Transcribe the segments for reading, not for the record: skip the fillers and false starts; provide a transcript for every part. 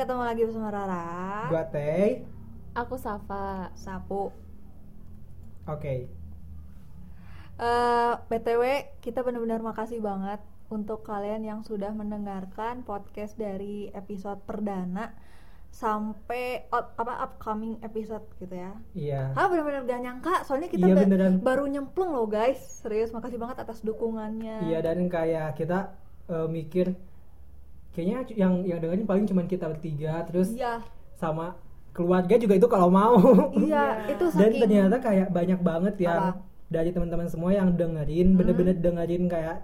ketemu lagi bersama Rara. Gua Teh. Aku Safa. Sapu. Oke. BTW kita benar-benar makasih banget untuk kalian yang sudah mendengarkan podcast dari episode perdana sampai upcoming episode gitu ya. Iya. Benar-benar gak nyangka, soalnya kita baru nyemplung loh guys. Serius, makasih banget atas dukungannya. Iya, dan kayak kita mikir kayaknya yang dengerin paling cuma kita bertiga, terus sama keluarga juga itu kalau mau. Iya, itu saking. Dan ternyata kayak banyak banget yang dari teman-teman semua yang dengerin, bener-bener dengerin kayak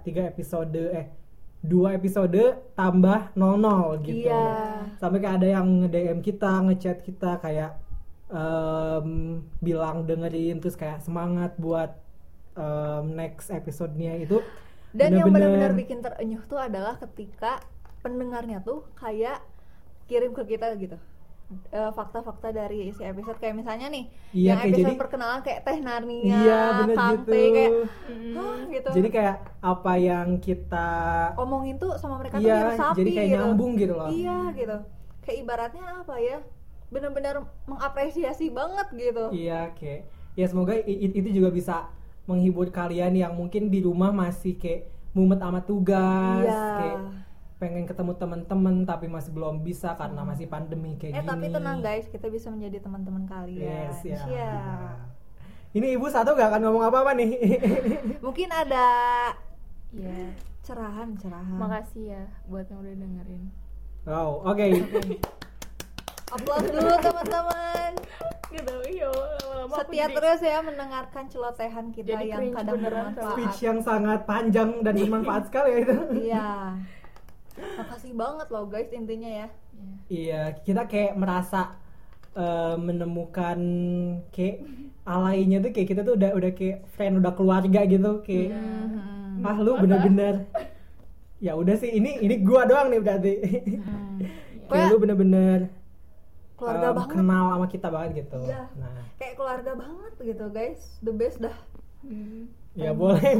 2 episode tambah 00 gitu. Iya. Sampai kayak ada yang nge-DM kita, ngechat kita kayak bilang dengerin, terus kayak semangat buat next episode-nya itu. Dan yang benar-benar bikin terenyuh tuh adalah ketika pendengarnya tuh kayak kirim ke kita gitu fakta-fakta dari isi episode, kayak misalnya nih yang episode jadi, perkenalan kayak Teh Narnia, Kampe gitu. Kayak gitu. Jadi kayak apa yang kita omongin tuh sama mereka tuh resapi jadi kayak gitu. Nyambung gitu loh. Iya gitu. Kayak ibaratnya apa ya? Benar-benar mengapresiasi banget gitu. Iya, kayak ya semoga itu juga bisa menghibur kalian yang mungkin di rumah masih kayak mumet sama tugas, kayak pengen ketemu teman-teman tapi masih belum bisa karena masih pandemi kayak gini. Tapi tenang guys, kita bisa menjadi teman-teman kalian. Yes, ya. Ini ibu satu gak akan ngomong apa-apa nih. Mungkin ada cerahan. Makasih ya buat yang udah dengerin. Wow, oke. Aplaus dulu teman-teman. Gitu, iya, lama-lama setia terus ya mendengarkan celotehan kita jadi yang kadang bermanfaat. Speech yang sangat panjang dan bermanfaat sekali ya itu. Iya. Makasih banget loh guys intinya ya. Iya, kita kayak merasa menemukan kayak alainya tuh kayak kita tuh udah kayak friend, udah keluarga gitu kayak. Lu bener-bener. Ya udah sih, ini gua doang nih berarti. Kayak lu bener-bener keluarga banget, kenal sama kita banget gitu. Iya. Nah, kayak keluarga banget gitu guys, the best dah. Ya boleh.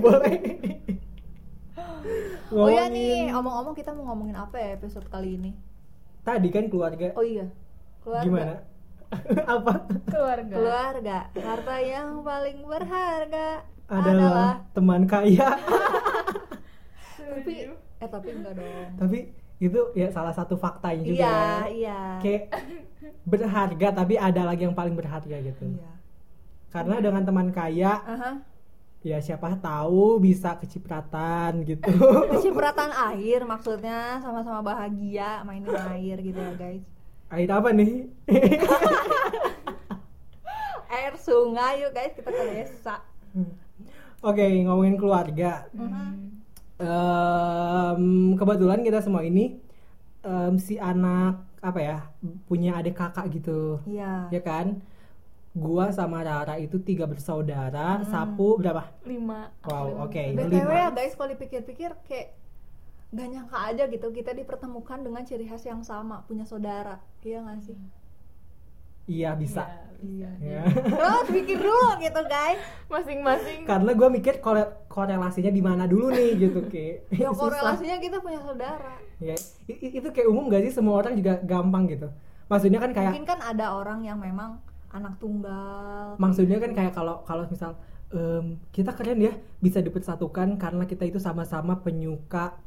Oh ya nih, omong-omong kita mau ngomongin apa ya episode kali ini? Tadi kan keluarga. Oh iya, keluarga. Gimana? Apa? Keluarga. Harta yang paling berharga adalah teman kaya. Tapi enggak dong. Tapi itu ya salah satu faktanya juga. Iya. Kayak berharga tapi ada lagi yang paling berharga gitu. Iya. Karena dengan teman kaya, ya siapa tahu bisa kecipratan gitu. Kecipratan air maksudnya, sama-sama bahagia mainin air gitu ya guys. Air apa nih? Air sungai yuk guys, kita ke desa. Oke, ngomongin keluarga. Kebetulan kita semua ini si anak apa ya, punya adik kakak gitu. Iya. Ya kan? Gua sama Rara itu 3 bersaudara, Sapu berapa? 5. Wow, oke. BTW ya guys, kalau dipikir-pikir kayak gak nyangka aja gitu kita dipertemukan dengan ciri khas yang sama, punya saudara. Iya gak sih? Iya, bisa. Iya. Terus pikir dulu gitu guys. Masing-masing. Karena gua mikir korelasinya di mana dulu nih gitu kayak. Ya korelasinya kita punya saudara. Ya, itu kayak umum gak sih, semua orang juga gampang gitu. Maksudnya kan kayak mungkin kan ada orang yang memang anak tunggal. Maksudnya kan kayak kalau misal kita keren ya bisa dipersatukan karena kita itu sama-sama penyuka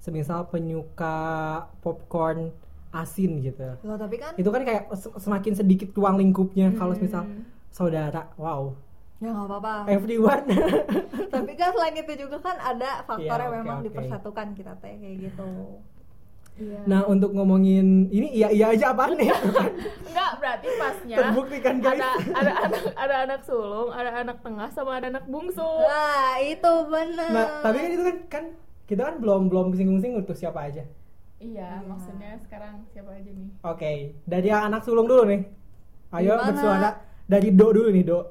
popcorn asin gitu. Loh, tapi kan itu kan kayak semakin sedikit ruang lingkupnya kalau misal saudara. Wow. Ya nggak apa-apa. Everyone. Tapi kan selain itu juga kan ada faktor yang memang dipersatukan kita kayak gitu. Iya. Nah, untuk ngomongin ini iya aja apaan nih? Enggak, berarti pasnya terbuktikan guys. Ada anak sulung, ada anak tengah sama ada anak bungsu. Nah, itu benar. Nah, tapi kan itu kan kita kan belum singgung-singgung tuh siapa aja. Iya, maksudnya sekarang siapa aja nih? Oke, dari yang anak sulung dulu nih. Ayo bersuara dari Do dulu nih, Do.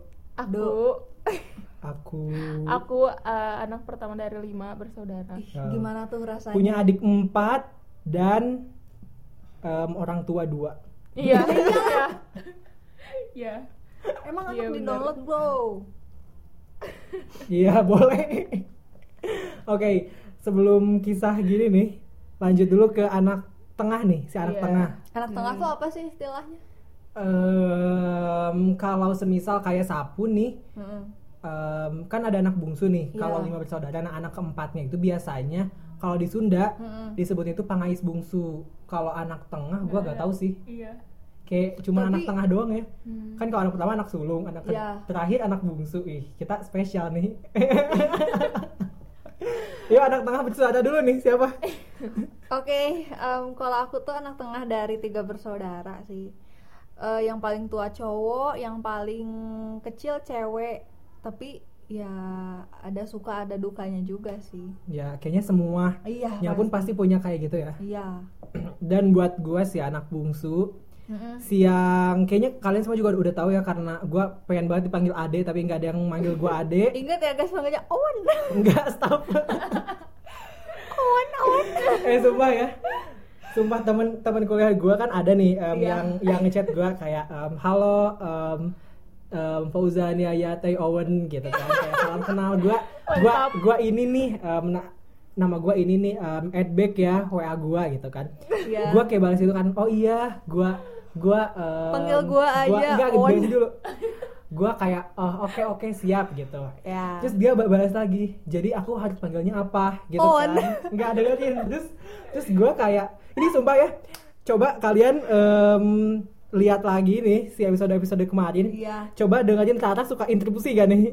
Aku anak pertama dari 5 bersaudara. Gimana tuh rasanya? Punya adik 4 dan orang tua 2. Iya. Iya. Emang anak di-download bro? Iya boleh. Oke, sebelum kisah gini nih, lanjut dulu ke anak tengah nih, si anak tengah. Anak tengah tuh apa sih istilahnya? Kalau semisal kayak Sapu nih, kan ada anak bungsu nih. Kalau 5 bersaudara, anak keempatnya itu biasanya kalau di Sunda disebutnya itu pangais bungsu. Kalau anak tengah, gue gak tahu sih. Iya. Kayak cuma anak tengah doang ya. Kan kalau anak pertama anak sulung, anak terakhir anak bungsu. Kita spesial nih. Yuk anak tengah bersaudara dulu nih, siapa? Oke, kalau aku tuh anak tengah dari 3 bersaudara sih. Yang paling tua cowok, yang paling kecil cewek. Tapi ya ada suka ada dukanya juga sih. Ya kayaknya semua pun pasti punya kayak gitu ya. Iya. Dan buat gue sih anak bungsu, si yang kayaknya kalian semua juga udah tahu ya, karena gue pengen banget dipanggil Ade tapi nggak ada yang manggil gue Ade. Ingat ya guys, manggilnya Owen. Enggak, stop. Owen. Sumpah ya. Sumpah teman kuliah gue kan ada nih yang ngechat gue kayak halo Fauzania ya Teh Owen gitu kan, kayak salam kenal gue ini nih nama gue ini nih add back ya WA gue gitu kan. Gue kayak balas itu kan, oh iya gue panggil gue aja enggak gitu dulu. Gue kayak oke siap gitu. Terus dia balas lagi, jadi aku harus panggilnya apa gitu kan. Enggak ada lagi. Terus gue kayak ini sumpah ya, coba kalian lihat lagi nih si episode kemarin. Coba dengerin Kata suka interupsi gak nih?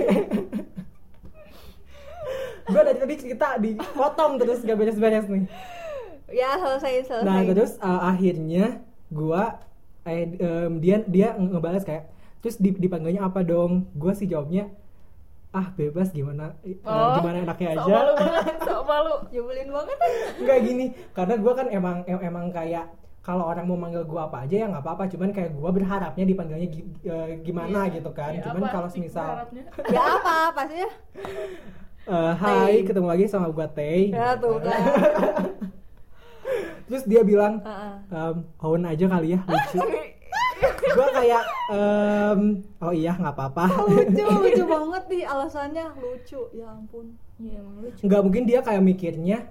Gue dari tadi cerita dipotong terus gak beres-beres nih. Ya selesai. Nah terus akhirnya gue dia ngebalas kayak, terus dipanggilnya apa dong? Gue sih jawabnya bebas gimana enaknya aja. Sok malu. Nyebelin banget. Enggak gini, karena gue kan emang kayak kalau orang mau manggil gue apa aja ya nggak apa-apa, cuman kayak gue berharapnya dipanggilnya gimana gitu kan. Cuman kalau semisal ya apa sih ya? Hai, ketemu lagi sama gue Teh. Ya tuh kan. Terus dia bilang Owen aja kali ya, lucu. Gue kayak oh iya nggak apa-apa. Lucu banget nih alasannya, lucu ya ampun. Iya emang lucu. Nggak mungkin dia kayak mikirnya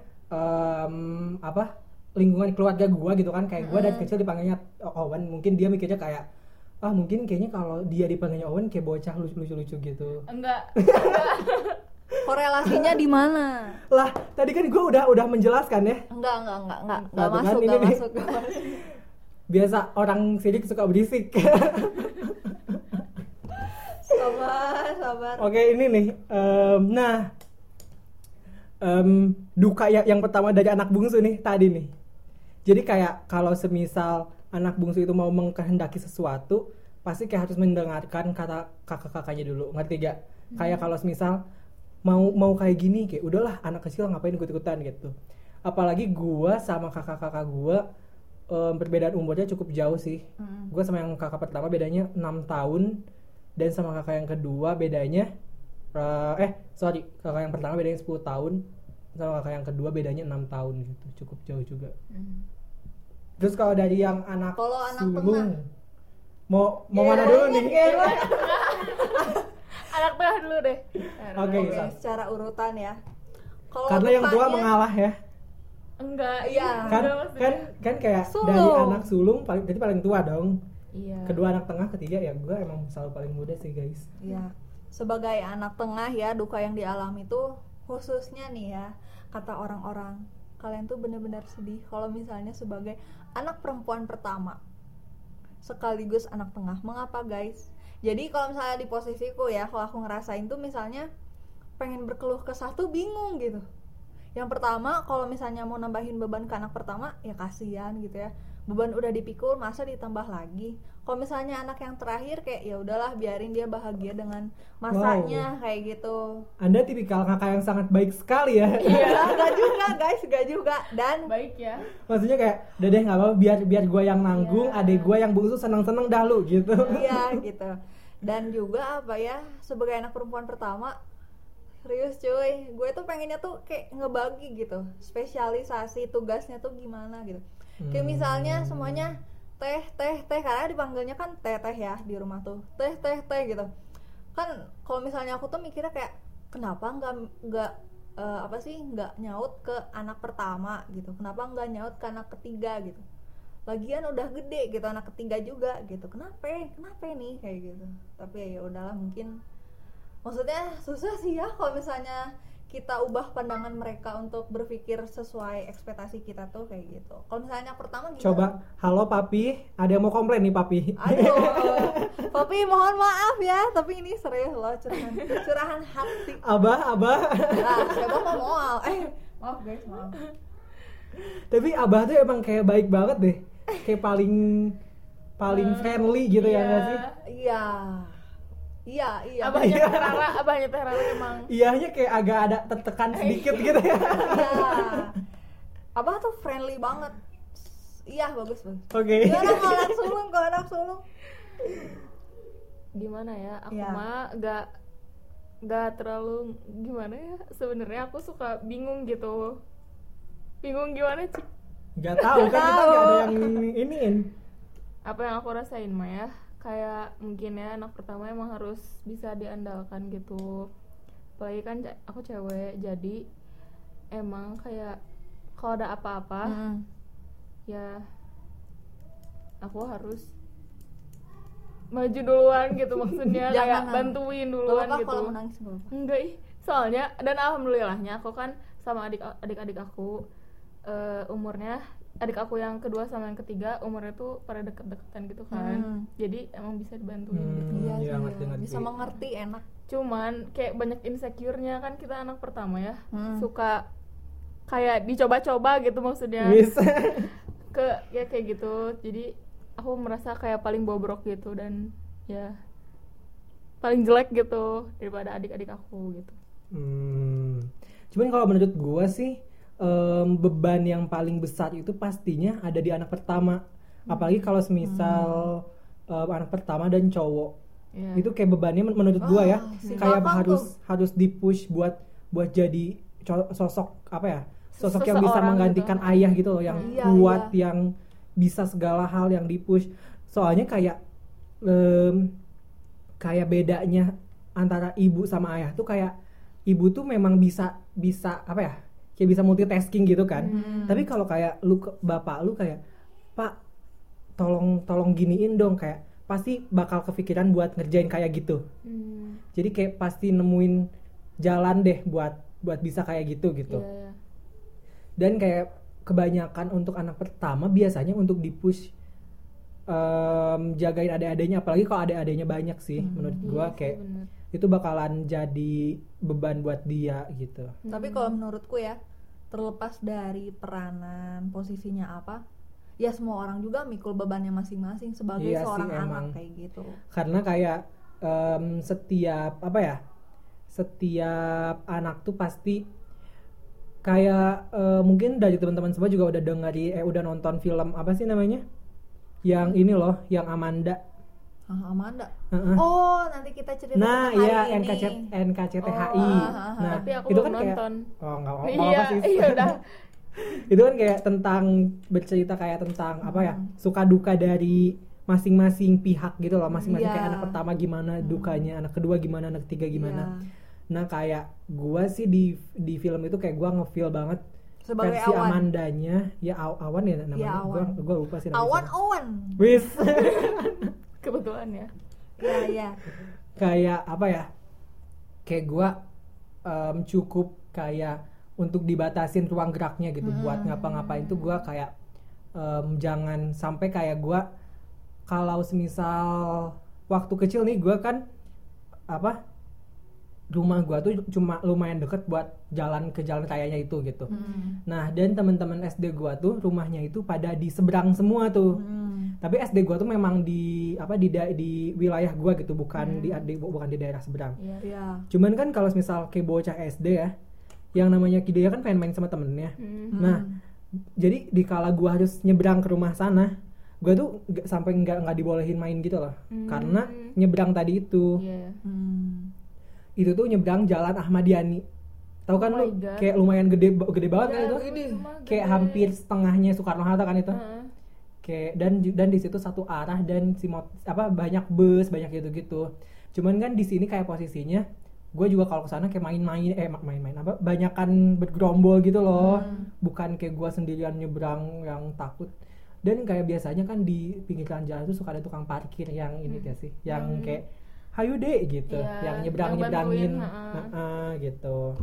lingkungan keluarga gue gitu kan, kayak gue dari kecil dipanggilnya Owen, mungkin dia mikirnya kayak mungkin kayaknya kalau dia dipanggilnya Owen kayak bocah lucu-lucu gitu. Enggak. Korelasinya di mana? Lah, tadi kan gue udah menjelaskan ya. Enggak masuk. Biasa orang sidik suka berisik. Sabar. Oke, ini nih. Duka yang pertama dari anak bungsu nih tadi nih. Jadi kayak kalau semisal anak bungsu itu mau mengkehendaki sesuatu, pasti kayak harus mendengarkan kata kakak-kakaknya dulu. Ngerti gak? Kayak kalau semisal mau kayak gini, kayak udahlah anak kecil ngapain ikut-ikutan gitu. Apalagi gua sama kakak-kakak gua perbedaan umurnya cukup jauh sih. Gua sama yang kakak pertama bedanya 6 tahun, dan sama kakak yang kedua bedanya kakak yang pertama bedanya 10 tahun, sama kakak yang kedua bedanya 6 tahun gitu. Cukup jauh juga. Terus kalau dari yang anak sulung, mau mana dulu nih? Anak tengah dulu deh. Oke, secara urutan ya. Karena yang tua mengalah ya. Enggak, kan kayak sulung. Dari anak sulung berarti paling tua dong. Iya. Kedua anak tengah, ketiga ya gue emang selalu paling muda sih guys. Iya. Sebagai anak tengah ya, duka yang dialami tuh khususnya nih ya, kata orang-orang, kalian tuh benar-benar sedih kalau misalnya sebagai anak perempuan pertama sekaligus anak tengah. Mengapa guys? Jadi kalau misalnya di posisiku ya, kalau aku ngerasain tuh misalnya pengen berkeluh kesah tuh bingung gitu. Yang pertama, kalau misalnya mau nambahin beban ke anak pertama, ya kasihan gitu ya. Beban udah dipikul, masa ditambah lagi. Kalau misalnya anak yang terakhir kayak ya udahlah biarin dia bahagia dengan masanya. Kayak gitu. Anda tipikal kakak yang sangat baik sekali ya. Iya, gak juga. Dan baik ya. Maksudnya kayak udah deh nggak apa-apa, biar gue yang nanggung, adek gue yang bungsu senang-senang dah lu gitu. Iya gitu. Dan juga apa ya, sebagai anak perempuan pertama, serius cuy, gue tuh pengennya tuh kayak ngebagi gitu, spesialisasi tugasnya tuh gimana gitu. Kayak misalnya semuanya teh karena dipanggilnya kan teh ya di rumah tuh, teh gitu. Kan kalau misalnya aku tuh mikirnya kayak kenapa nggak apa sih nggak nyaut ke anak pertama gitu, kenapa nggak nyaut ke anak ketiga gitu, lagian udah gede gitu anak ketiga juga gitu, kenapa nih kayak gitu. Tapi ya udahlah, mungkin maksudnya susah sih ya kalau misalnya kita ubah pandangan mereka untuk berpikir sesuai ekspektasi kita tuh kayak gitu. Kalau misalnya yang pertama gitu. Coba, halo papi, ada yang mau komplain nih papi. Aduh, papi mohon maaf ya, tapi ini serius loh, curahan hati. Abah. Nah, siapa mau maaf guys, maaf. Tapi abah tuh emang kayak baik banget deh, kayak paling friendly gitu ya nggak sih? Iya. Abahnya Teh Rara emang. Iyanya kayak agak ada tertekan sedikit gitu ya. Iya. Abah tuh friendly banget. Iya, bagus. Oke. Gimana kalau anak sulung? Gimana ya? Aku mah nggak terlalu gimana ya. Sebenarnya aku suka bingung gitu. Bingung gimana sih? Gak tahu kan, kita gak ada yang iniin. Apa yang aku rasain mah ya? Kayak mungkin ya anak pertama emang harus bisa diandalkan gitu. Apalagi kan aku cewek, jadi emang kayak kalau ada apa-apa ya aku harus maju duluan gitu, maksudnya kayak bantuin duluan gitu. Kalau menangis enggak soalnya, dan alhamdulillahnya aku kan sama adik-adik aku umurnya, adik aku yang kedua sama yang ketiga umurnya tuh pada deket-deketan gitu kan. Jadi emang bisa dibantuin gitu. Iya, bisa mengerti, enak. Cuman kayak banyak insecure-nya kan, kita anak pertama ya. Suka kayak dicoba-coba gitu maksudnya. Bisa. Kayak gitu. Jadi aku merasa kayak paling bobrok gitu, dan ya paling jelek gitu daripada adik-adik aku gitu. Cuman kalau menurut gua sih beban yang paling besar itu pastinya ada di anak pertama. Apalagi kalau semisal anak pertama dan cowok, itu kayak bebannya menurut gua ya kayak harus dipush buat jadi sosok apa ya, sosok yang bisa menggantikan gitu. Ayah gitu loh, yang kuat, yang bisa segala hal, yang dipush. Soalnya kayak bedanya antara ibu sama ayah tuh, kayak ibu tuh memang bisa apa ya, kayak bisa multitasking gitu kan. Tapi kalau kayak bapak lu kayak, Pak tolong giniin dong, kayak pasti bakal kepikiran buat ngerjain kayak gitu. Jadi kayak pasti nemuin jalan deh buat bisa kayak gitu. Dan kayak kebanyakan untuk anak pertama biasanya untuk dipush jagain adik-adiknya, apalagi kalau adik-adiknya banyak sih. Menurut gua kayak itu bakalan jadi beban buat dia gitu. Tapi kalau menurutku ya, terlepas dari peranan posisinya apa, ya semua orang juga mikul bebannya masing-masing sebagai seorang anak kayak gitu. Karena kayak setiap anak tuh pasti kayak mungkin dari teman-teman semua juga udah nonton film apa sih namanya? Yang ini loh, yang Amanda. Amanda. Oh, nanti kita cerita tentang hari ini. NKCTHI. Nah, tapi aku itu belum kan nonton. Kayak nggak apa sih. Iya udah. Itu kan kayak bercerita kayak tentang apa ya, suka duka dari masing-masing pihak gitu loh, masing-masing kayak anak pertama gimana dukanya, anak kedua gimana, anak ketiga gimana. Nah, kayak gua sih di film itu kayak gua ngefeel banget sebagai versi Amandanya, ya Awan ya namanya. Gua lupa sih namanya. Awan. Wis. Kebetulan ya. Iya. Kayak apa ya? Kayak gua cukup kayak untuk dibatasin ruang geraknya gitu, buat ngapa-ngapain tuh gua kayak jangan sampai kayak gua, kalau semisal waktu kecil nih gua kan rumah gua tuh cuma lumayan deket buat jalan ke jalan rayanya itu gitu. Nah, dan teman-teman SD gua tuh rumahnya itu pada di seberang semua tuh. Tapi SD gua tuh memang di wilayah gua gitu, bukan di daerah seberang. Cuman kan kalau misal kayak bocah SD ya, yang namanya dia kan pengen main sama temennya. Nah, jadi dikala gua harus nyebrang ke rumah sana, gua tuh sampai nggak dibolehin main gitu loh, karena nyebrang tadi itu. Itu tuh nyebrang Jalan Ahmad Yani. Tahu kan lu? Kayak lumayan gede banget kan itu. Kayak hampir setengahnya Soekarno-Hatta kan itu. Kayak dan di situ satu arah, dan banyak bus, banyak gitu-gitu. Cuman kan di sini kayak posisinya gue juga kalau kesana kayak main-main apa banyakan bergerombol gitu loh, bukan kayak gue sendirian nyebrang yang takut. Dan kayak biasanya kan di pinggiran jalan tuh suka ada tukang parkir yang ini ya sih, yang kayak hayu deh gitu, yang nyebrangin gitu.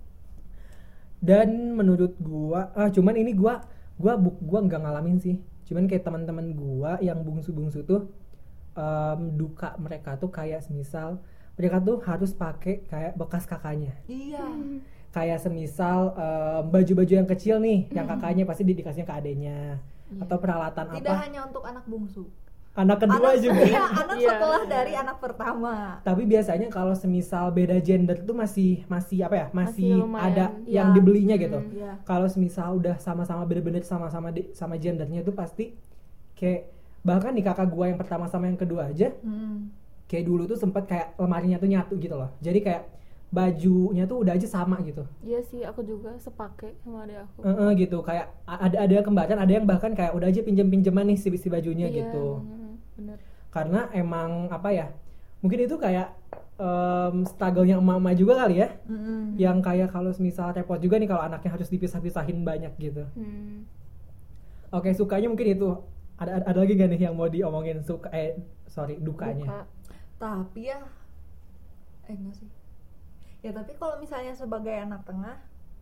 Dan menurut gue cuman ini gue nggak ngalamin sih, cuman kayak teman-teman gue yang bungsu tuh duka mereka tuh kayak semisal mereka tuh harus pakai kayak bekas kakaknya. Iya. Kayak semisal baju-baju yang kecil nih, yang kakaknya pasti dikasihnya ke adenya. Atau peralatan Tidak hanya untuk anak bungsu. Anak kedua juga. Iya, anak setelah dari anak pertama. Tapi biasanya kalau semisal beda gender tuh masih apa ya? Masih ada yang dibelinya gitu. Kalau semisal udah sama-sama bener-bener sama gendernya tuh pasti kayak bahkan nih kakak gua yang pertama sama yang kedua aja. Kayak dulu tuh sempet kayak lemarinya tuh nyatu gitu loh. Jadi kayak bajunya tuh udah aja sama gitu. Iya sih, aku juga sepake sama adik aku. Gitu, kayak ada yang kembaran, ada yang bahkan kayak udah aja pinjem-pinjeman nih si bajunya gitu. Bener. Karena emang apa ya? Mungkin itu kayak struggle-nya emak-emak juga kali ya. Yang kayak kalau misal repot juga nih kalau anaknya harus dipisah-pisahin banyak gitu. Oke, sukanya mungkin itu. Ada lagi gak nih yang mau diomongin dukanya? Tapi ya enggak sih. Ya tapi kalau misalnya sebagai anak tengah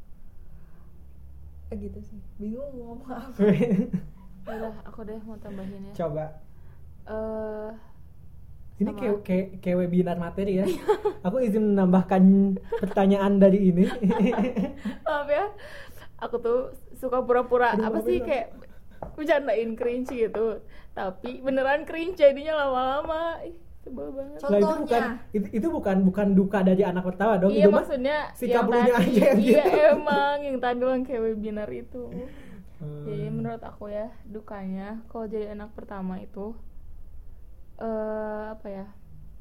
gitu sih. Bingung mau ngomong apa. Udah, aku deh mau tambahin ya. Coba. Ini kayak webinar materi ya. Aku izin menambahkan pertanyaan dari ini. Maaf ya. Aku tuh suka pura-pura kayak bercandain cringe gitu. Tapi beneran cringe jadinya lama-lama. Sebel banget. Contohnya itu bukan duka dari anak pertama dong. Iya, itu maksudnya sikap yang lunya tadi, aja iya gitu. emang yang tadi yang kayak webinar itu. Jadi menurut aku ya, dukanya kalau jadi anak pertama itu apa ya?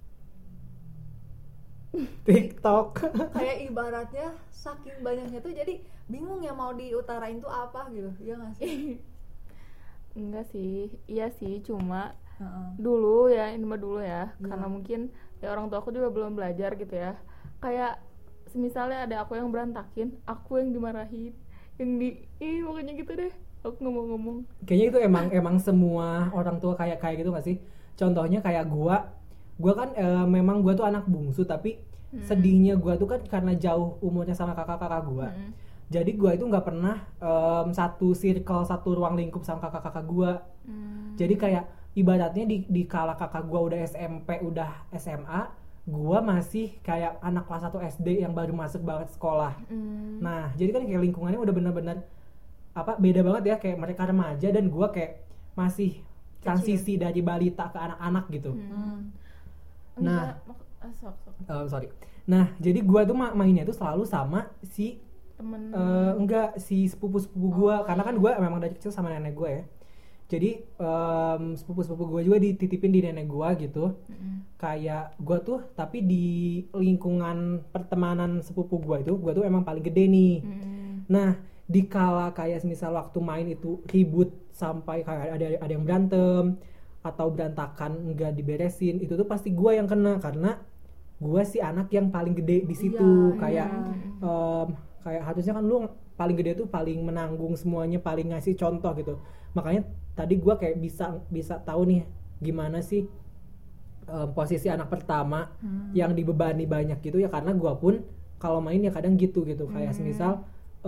TikTok. Kayak ibaratnya saking banyaknya tuh jadi bingung ya mau diutarain tuh apa gitu. Iya enggak sih? Enggak sih. Iya sih, cuma dulu ya, ini mah dulu ya, karena mungkin ya orang tua aku juga belum belajar gitu ya. Kayak misalnya ada aku yang berantakin, aku yang dimarahin, yang pokoknya gitu deh. Aku ngomong. Kayaknya itu emang semua orang tua kayak gitu nggak sih? Contohnya kayak gua kan memang gua tuh anak bungsu, tapi sedihnya gua tuh kan karena jauh umurnya sama kakak-kakak gua. Jadi gua itu nggak pernah satu circle, satu ruang lingkup sama kakak-kakak gua. Jadi kayak ibaratnya di kala kakak gua udah SMP, udah SMA, gua masih kayak anak kelas 1 SD yang baru masuk banget sekolah. Nah, jadi kan kayak lingkungannya udah benar-benar beda banget ya, kayak mereka remaja dan gua kayak masih transisi dari balita ke anak-anak gitu. Nah, sorry. Nah, jadi gua tuh mainnya tuh selalu sama si temen si sepupu-sepupu gua, karena kan gua memang dari kecil sama nenek gua ya. Jadi sepupu-sepupu gue juga dititipin di nenek gue gitu. Kayak gue tuh tapi di lingkungan pertemanan sepupu gue tuh emang paling gede nih. Nah di kala kayak misal waktu main itu ribut sampai kayak ada yang berantem atau berantakan nggak diberesin, itu tuh pasti gue yang kena karena gue si anak yang paling gede di situ. Kayak harusnya kan lu paling gede tuh paling menanggung semuanya, paling ngasih contoh gitu. Makanya tadi gue kayak bisa tahu nih gimana sih posisi anak pertama yang dibebani banyak gitu ya, karena gue pun kalau main ya kadang gitu kayak semisal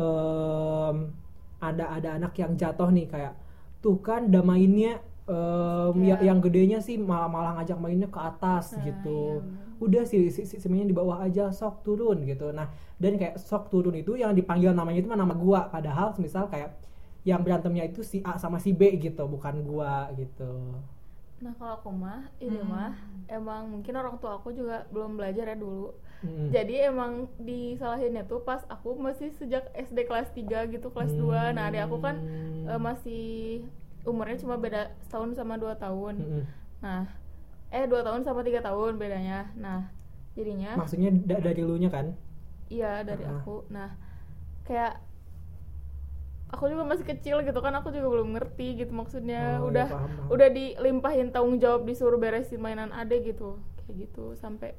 ada anak yang jatuh nih, kayak tuh kan udah mainnya yang gedenya sih malah ngajak mainnya ke atas gitu. Udah si semuanya di bawah aja, sok turun gitu. Nah dan kayak sok turun itu yang dipanggil namanya itu mah nama gue, padahal misal kayak yang berantemnya itu si A sama si B gitu, bukan gua gitu. Nah kalau aku mah ini mah emang mungkin orang tua aku juga belum belajar ya dulu. Jadi emang disalahinnya tuh pas aku masih sejak SD kelas 3 gitu, kelas 2. Nah adik aku kan masih umurnya cuma beda setahun sama 2 tahun. Nah 2 tahun sama 3 tahun bedanya. Nah jadinya maksudnya dari lu nya kan? Iya dari aku. Nah kayak aku juga masih kecil gitu kan, aku juga belum ngerti gitu maksudnya. Udah dilimpahin tanggung jawab, disuruh beresin mainan adek gitu, kayak gitu sampai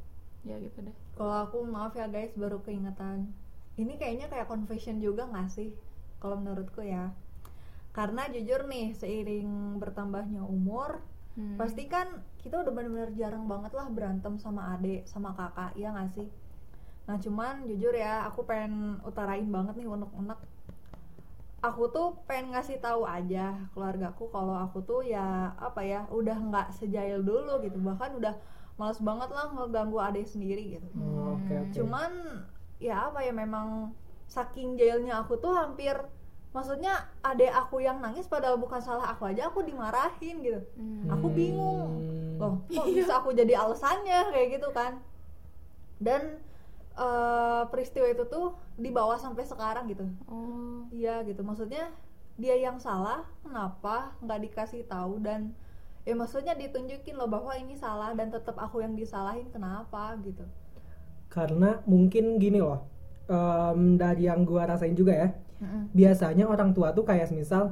Ya gitu deh. Kalau aku maaf ya guys, baru keingetan. Ini kayaknya kayak confession juga nggak sih? Kalau menurutku ya. Karena jujur nih, seiring bertambahnya umur, pasti kan kita udah benar-benar jarang banget lah berantem sama adik, sama kakak, ya nggak sih? Nah cuman jujur ya, aku pengen utarain banget nih unek-unek. Aku tuh pengen ngasih tahu aja keluargaku kalau aku tuh ya apa ya, udah nggak sejail dulu gitu. Bahkan udah males banget lah ngeganggu adik sendiri gitu. Okay. Cuman ya apa ya, memang saking jailnya aku tuh hampir, maksudnya adek aku yang nangis padahal bukan salah aku aja aku dimarahin gitu. Aku bingung loh, kok bisa aku jadi alasannya kayak gitu kan. Dan peristiwa itu tuh dibawa sampai sekarang gitu. Iya gitu, maksudnya dia yang salah, kenapa nggak dikasih tahu, dan ya maksudnya ditunjukin loh bahwa ini salah dan tetap aku yang disalahin, kenapa gitu. Karena mungkin gini loh, dari yang gua rasain juga ya, biasanya orang tua tuh kayak misal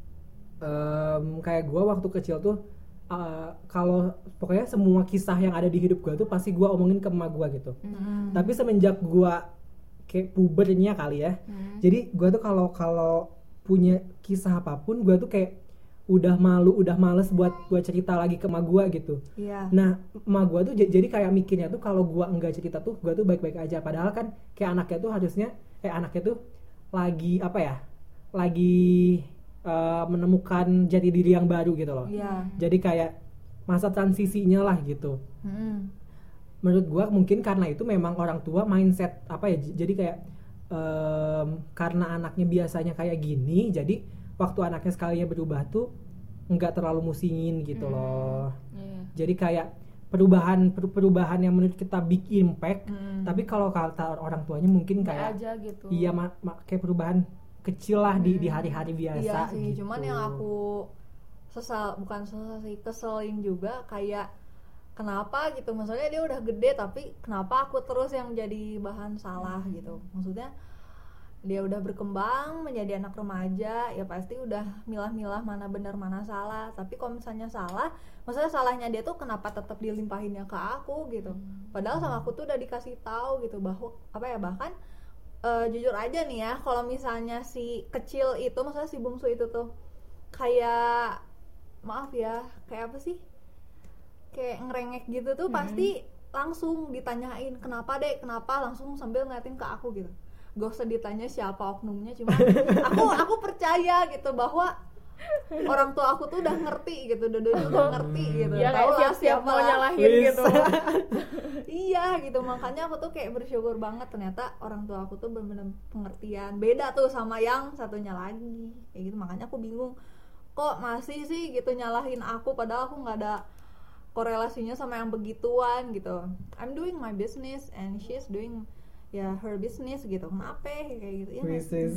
kayak gua waktu kecil tuh kalau pokoknya semua kisah yang ada di hidup gua tuh pasti gua omongin ke emak gua gitu. Tapi semenjak gua kayak pubernya kali ya, jadi gua tuh kalau punya kisah apapun gua tuh kayak udah malu, udah males buat cerita lagi ke emak gua gitu. Nah emak gua tuh jadi kayak mikirnya tuh kalau gua enggak cerita tuh gua tuh baik-baik aja, padahal kan kayak anaknya tuh harusnya anaknya tuh lagi apa ya, lagi menemukan jati diri yang baru gitu loh. Jadi kayak masa transisinya lah gitu. Menurut gua mungkin karena itu memang orang tua mindset apa ya, jadi kayak karena anaknya biasanya kayak gini, jadi waktu anaknya sekalinya berubah tuh nggak terlalu musingin gitu loh. Jadi kayak perubahan yang menurut kita big impact, tapi kalau kata orang tuanya mungkin kayak aja gitu. Iya, kayak perubahan kecil lah di hari-hari biasa. Iya sih, gitu. cuman yang aku keselin juga kayak kenapa gitu, maksudnya dia udah gede tapi kenapa aku terus yang jadi bahan salah gitu. Maksudnya dia udah berkembang menjadi anak remaja, ya pasti udah milah-milah mana benar mana salah. Tapi kalau misalnya salah, maksudnya salahnya dia tuh kenapa tetap dilimpahinnya ke aku gitu. Padahal sama aku tuh udah dikasih tahu gitu bahwa apa ya, bahkan jujur aja nih ya, kalau misalnya si kecil itu, maksudnya si bungsu itu tuh kayak maaf ya, kayak apa sih, kayak ngerengek gitu tuh, pasti langsung ditanyain kenapa dek, kenapa, langsung sambil ngeliatin ke aku gitu. Gak usah ditanya siapa oknumnya, cuma aku percaya gitu bahwa orang tua aku tuh udah ngerti gitu, udah ngerti gitu. Ya kayak siap-siap mau nyalahin gitu. Iya gitu, makanya aku tuh kayak bersyukur banget ternyata orang tua aku tuh benar-benar pengertian. Beda tuh sama yang satunya lagi kayak gitu, makanya aku bingung kok masih sih gitu nyalahin aku, padahal aku nggak ada korelasinya sama yang begituan gitu. I'm doing my business and she's doing her business gitu, kenapa kayak gitu ya?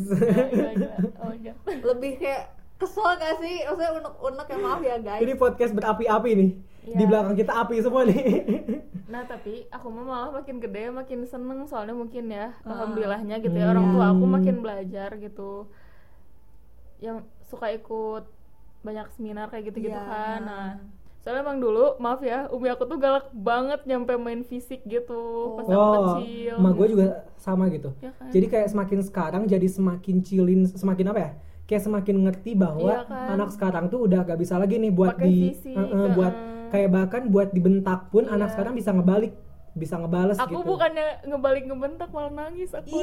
Lebih kayak kesel gak sih? Maksudnya unek-unek ya, maaf ya guys. Ini podcast berapi-api nih. Di belakang kita api semua nih. Nah tapi aku malah makin gede makin seneng, soalnya mungkin ya alhamdulillahnya gitu ya, orang tua aku makin belajar gitu, yang suka ikut banyak seminar kayak gitu-gitu kan. Nah soalnya emang dulu maaf ya, umi aku tuh galak banget nyampe main fisik gitu pas aku kecil. Emak gue juga sama gitu ya kan? Jadi kayak semakin sekarang jadi semakin chillin, semakin apa ya, kayak semakin ngerti bahwa anak sekarang tuh udah gak bisa lagi nih buat buat kayak bahkan buat dibentak pun anak sekarang bisa ngebalik, bisa ngebales aku gitu. Aku bukannya ngebalik ngebentak malah nangis aku.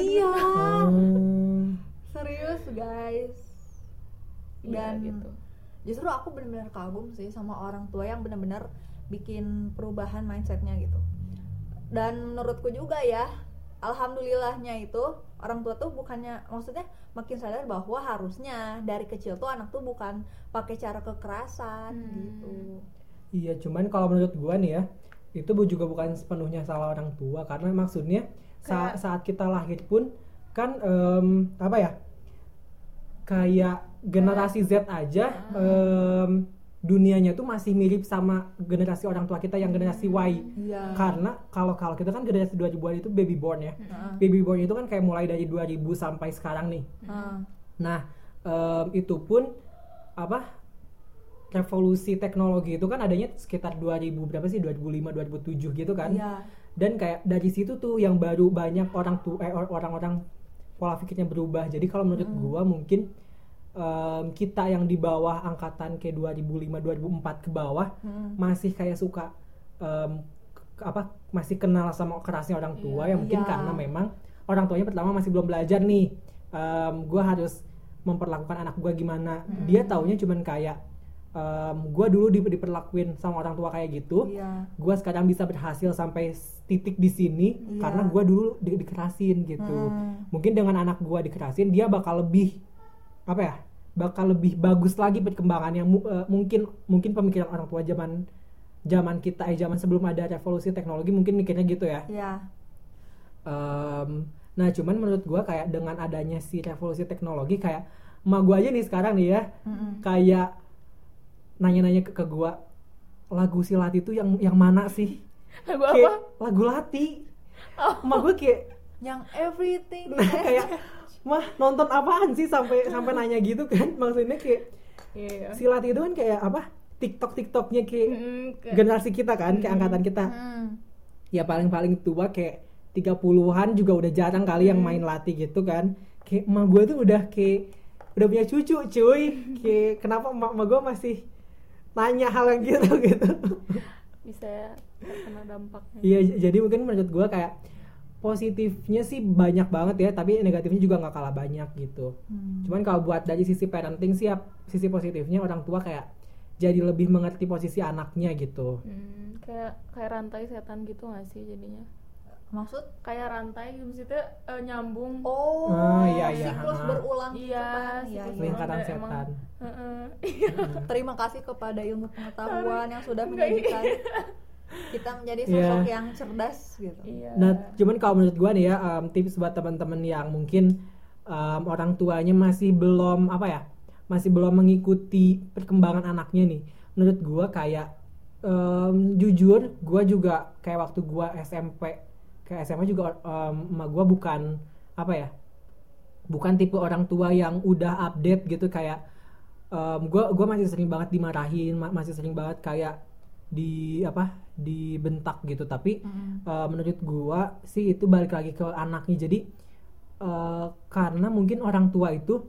Serius guys. Dan gitu. Justru aku benar-benar kagum sih sama orang tua yang benar-benar bikin perubahan mindsetnya gitu. Dan menurutku juga ya, alhamdulillahnya itu orang tua tuh bukannya, maksudnya makin sadar bahwa harusnya dari kecil tuh anak tuh bukan pakai cara kekerasan gitu. Iya, cuman kalau menurut gua nih ya, itu juga bukan sepenuhnya salah orang tua, karena maksudnya saat kita lahir pun kan apa ya, kayak generasi Z aja dunianya tuh masih mirip sama generasi orang tua kita yang generasi Y. Karena kalau kita kan generasi 2000-an itu baby born ya. Baby born itu kan kayak mulai dari 2000 sampai sekarang nih. Nah, itu pun apa, revolusi teknologi itu kan adanya sekitar 2000 berapa sih, 2005 2007 gitu kan. Dan kayak dari situ tuh yang baru banyak orang-orang pola pikirnya berubah. Jadi kalau menurut gua mungkin kita yang di bawah angkatan kayak 2005 2004 ke bawah masih kayak suka masih kenal sama kerasnya orang tua ya mungkin karena memang orang tuanya pertama masih belum belajar nih. Gua harus memperlakukan anak gua gimana. Dia taunya cuman kayak gue dulu diperlakuin sama orang tua kayak gitu, gue sekarang bisa berhasil sampai titik di sini karena gue dulu dikerasin gitu. Mungkin dengan anak gue dikerasin, dia bakal lebih bakal lebih bagus lagi perkembangannya. Mungkin pemikiran orang tua zaman kita zaman sebelum ada revolusi teknologi mungkin mikirnya gitu ya. Nah cuman menurut gue kayak dengan adanya si revolusi teknologi kayak emak gue aja nih sekarang nih ya, kayak nanya-nanya ke gue, lagu si Lati itu yang mana sih? Lagu apa? Lagu Lati. Emak gue kayak yang everything. Kayak mah nonton apaan sih sampai nanya gitu kan? Maksudnya kayak si Lati itu kan kayak TikToknya kayak generasi kita kan, kayak angkatan kita. Ya paling tua kayak 30-an juga udah jarang kali yang main Lati gitu kan. Kayak emak gue tuh udah punya cucu cuy. Kayak kenapa emak gue masih nanya hal yang gitu bisa terkena dampaknya. Iya, jadi mungkin menurut gue kayak positifnya sih banyak banget ya, tapi negatifnya juga nggak kalah banyak gitu. Cuman kalau buat dari sisi parenting sih, sisi positifnya orang tua kayak jadi lebih mengerti posisi anaknya gitu. Kayak rantai setan gitu nggak sih jadinya? Maksud kayak rantai maksudnya nyambung. Iya. Siklus berulang lingkaran setan. Terima kasih kepada ilmu pengetahuan yang sudah menyajikan kita menjadi sosok yang cerdas gitu. Nah cuman kalau menurut gue nih ya, tips buat teman-teman yang mungkin orang tuanya masih belum mengikuti perkembangan anaknya nih, menurut gue kayak jujur gue juga kayak waktu gue SMP ke SMA juga emak gue bukan tipe orang tua yang udah update gitu. Kayak gue masih sering banget dimarahin, masih sering banget kayak dibentak gitu. Tapi menurut gue sih itu balik lagi ke anaknya. Jadi karena mungkin orang tua itu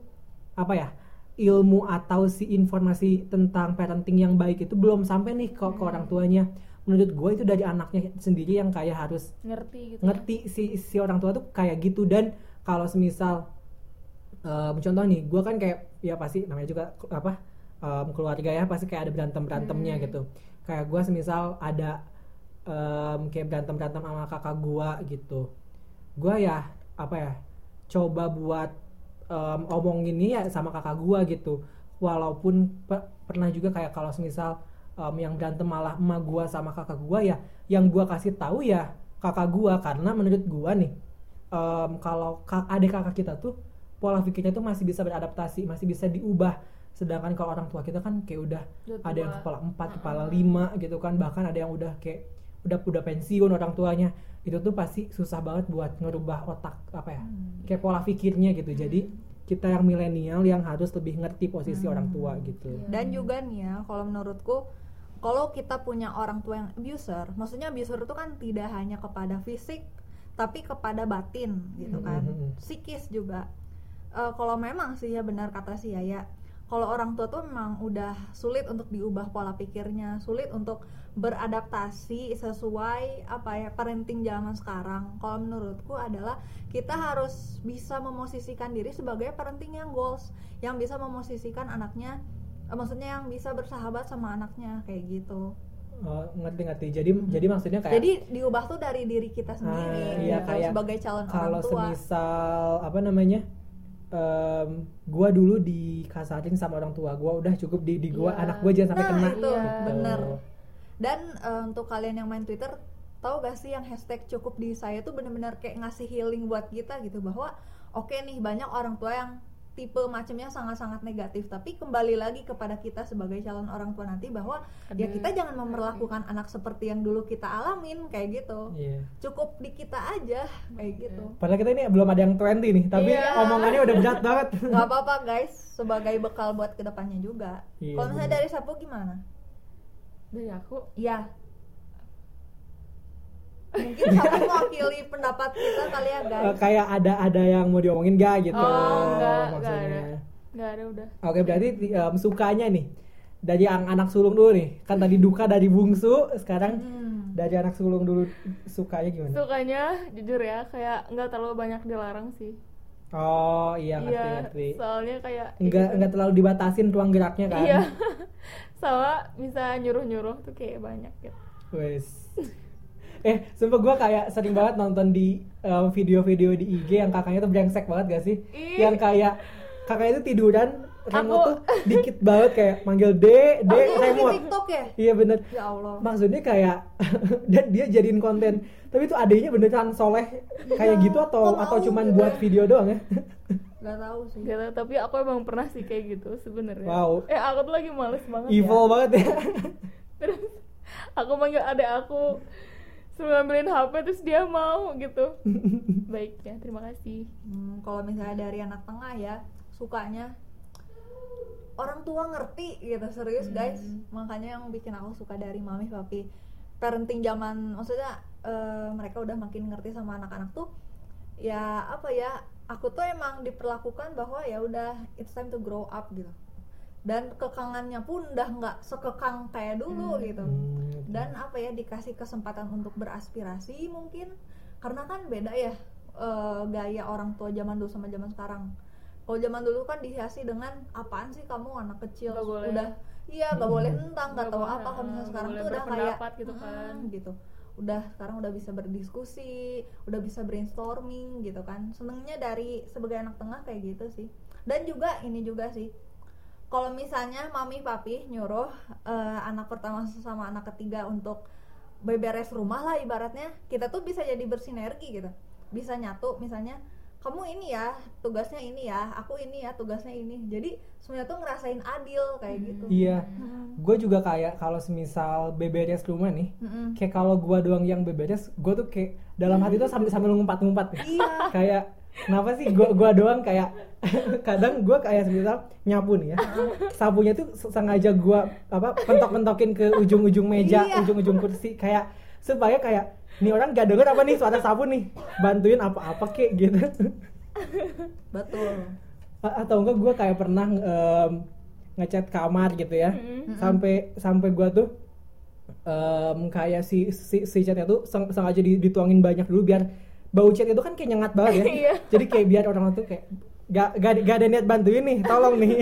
ilmu atau si informasi tentang parenting yang baik itu belum sampai nih ke orang tuanya. Menurut gue itu dari anaknya sendiri yang kayak harus ngerti si orang tua tuh kayak gitu. Dan kalau semisal contoh nih, gue kan kayak ya pasti namanya juga keluarga ya, pasti kayak ada berantemnya gitu. Kayak gue semisal ada kayak berantem sama kakak gue gitu, gue ya coba buat omonginnya ya sama kakak gue gitu. Walaupun pernah juga kayak kalau semisal yang berantem malah emak gue sama kakak gue, ya yang gue kasih tahu ya kakak gue, karena menurut gue nih kalau adik kakak kita tuh pola pikirnya tuh masih bisa beradaptasi, masih bisa diubah. Sedangkan kalau orang tua kita kan kayak udah ada yang kepala 4, kepala 5 gitu kan, bahkan ada yang udah kayak udah pensiun orang tuanya. Itu tuh pasti susah banget buat ngerubah otak kayak pola pikirnya gitu. Jadi kita yang milenial yang harus lebih ngerti posisi orang tua gitu. Dan juga nih ya, kalau menurutku kalau kita punya orang tua yang abuser, maksudnya abuser itu kan tidak hanya kepada fisik tapi kepada batin gitu kan, psikis juga. Kalau memang sih ya benar kata si Yaya, kalau orang tua tuh memang udah sulit untuk diubah pola pikirnya, sulit untuk beradaptasi sesuai parenting zaman sekarang. Kalau menurutku adalah kita harus bisa memosisikan diri sebagai parenting yang goals, yang bisa memosisikan anaknya, maksudnya yang bisa bersahabat sama anaknya kayak gitu. Ngerti. Jadi maksudnya kayak diubah tuh dari diri kita sendiri gitu, kayak sebagai calon orang tua. Kalau semisal gue dulu dikasarin sama orang tua gue, udah cukup di gue anak gue jangan sampai kena itu bener. Dan untuk kalian yang main Twitter, tahu gak sih yang hashtag cukup di saya tuh benar-benar kayak ngasih healing buat kita gitu, bahwa oke nih banyak orang tua yang tipe macamnya sangat-sangat negatif, tapi kembali lagi kepada kita sebagai calon orang tua nanti, bahwa ya kita jangan memperlakukan anak seperti yang dulu kita alamin kayak gitu. Cukup di kita aja kayak gitu. Padahal kita ini belum ada yang 20 nih, tapi omongannya udah berat banget. Gak apa-apa guys, sebagai bekal buat kedepannya juga. Kalau misalnya dari Sapu gimana? Dari aku? Iya. Mungkin satu mewakili pendapat kita kali ya guys. Kayak ada yang mau diomongin gak gitu? Nggak ada udah. Oke, berarti sukanya nih dari anak sulung dulu nih. Kan tadi duka dari bungsu, sekarang dari anak sulung dulu, sukanya gimana? Sukanya jujur ya kayak nggak terlalu banyak dilarang sih. Oh iya, ngerti. Soalnya kayak nggak terlalu dibatasin ruang geraknya kan? Iya. Sama bisa nyuruh tuh kayak banyak gitu. Wes. Sumpah gue kayak sering banget nonton di video-video di IG yang kakaknya tuh brengsek banget gak sih? Yang kayak kakaknya itu tiduran, remote tuh dikit banget, kayak manggil remote. Di TikTok ya? Iya bener. Ya Allah. Maksudnya kayak dan dia jadiin konten. Tapi itu adanya beneran soleh kayak gitu atau cuman buat video doang ya? Gak tahu sih. Gak tahu, tapi aku emang pernah sih kayak gitu sebenarnya. Wow. Aku tuh lagi males banget. Evil banget ya. Terus aku manggil adek aku suruh ngambilin HP, terus dia mau gitu. Baik ya, terima kasih. Kalau misalnya dari anak tengah ya, sukanya orang tua ngerti gitu, serius guys. Makanya yang bikin aku suka dari mami papi parenting zaman, maksudnya mereka udah makin ngerti sama anak-anak tuh. Ya apa ya, aku tuh emang diperlakukan bahwa ya udah it's time to grow up gitu. Dan kekangannya pun udah nggak sekekang kayak dulu gitu. Dan apa ya, dikasih kesempatan untuk beraspirasi mungkin, karena kan beda ya gaya orang tua zaman dulu sama zaman sekarang. Kalau zaman dulu kan dihiasi dengan apaan sih kamu anak kecil, udah gak boleh tentang, gak tahu apa. Kalau misalnya sekarang tuh udah kayak gitu kan, gitu. Udah sekarang udah bisa berdiskusi, udah bisa brainstorming gitu kan. Senengnya dari sebagai anak tengah kayak gitu sih. Dan juga ini juga sih, kalau misalnya mami papi nyuruh anak pertama sama anak ketiga untuk beberes rumah lah ibaratnya, kita tuh bisa jadi bersinergi gitu, bisa nyatu. Misalnya kamu ini ya tugasnya ini ya, aku ini ya tugasnya ini, jadi semuanya tuh ngerasain adil kayak gitu. Iya. Gue juga kayak kalau semisal beberes rumah nih, kayak kalau gue doang yang beberes, gue tuh kayak dalam hati tuh sambil ngumpat-ngumpat. Iya. Kayak kenapa sih gue doang, kayak kadang gue kayak semisal nyapu nih ya, sapunya tuh sengaja gue pentok-pentokin ke ujung-ujung meja, ujung-ujung kursi, kayak supaya kayak nih orang gak denger apa nih suara sapu nih, bantuin apa-apa kek gitu. Betul. Atau enggak gue kayak pernah ngecat kamar gitu ya, sampai gue tuh kayak si catnya tuh sengaja dituangin banyak dulu biar bau cat itu kan kayak nyengat banget ya. Jadi kayak biar orang tuh kayak gak ada niat bantuin nih, tolong nih.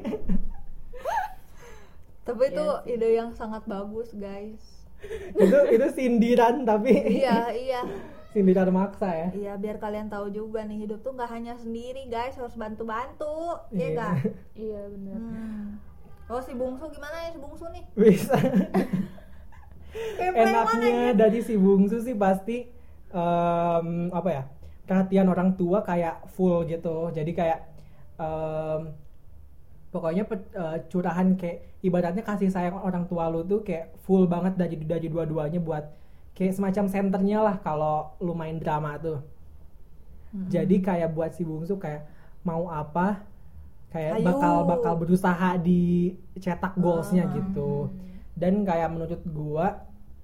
Tapi itu ide yang sangat bagus guys. itu sindiran tapi iya sindiran maksa ya. Iya, biar kalian tahu juga nih, hidup tuh nggak hanya sendiri guys, harus bantu-bantu. Iya nggak? Iya benar. Oh, si bungsu gimana ya, si bungsu nih? Bisa. Enaknya dari si bungsu sih pasti apa ya, perhatian orang tua kayak full gitu. Jadi kayak pokoknya curahan kayak ibaratnya kasih sayang orang tua lu tuh kayak full banget dari dua-duanya, buat kayak semacam senternya lah kalau lu main drama tuh. Jadi kayak buat si bungsu kayak mau apa kayak bakal berusaha dicetak goalsnya gitu. Dan kayak menurut gua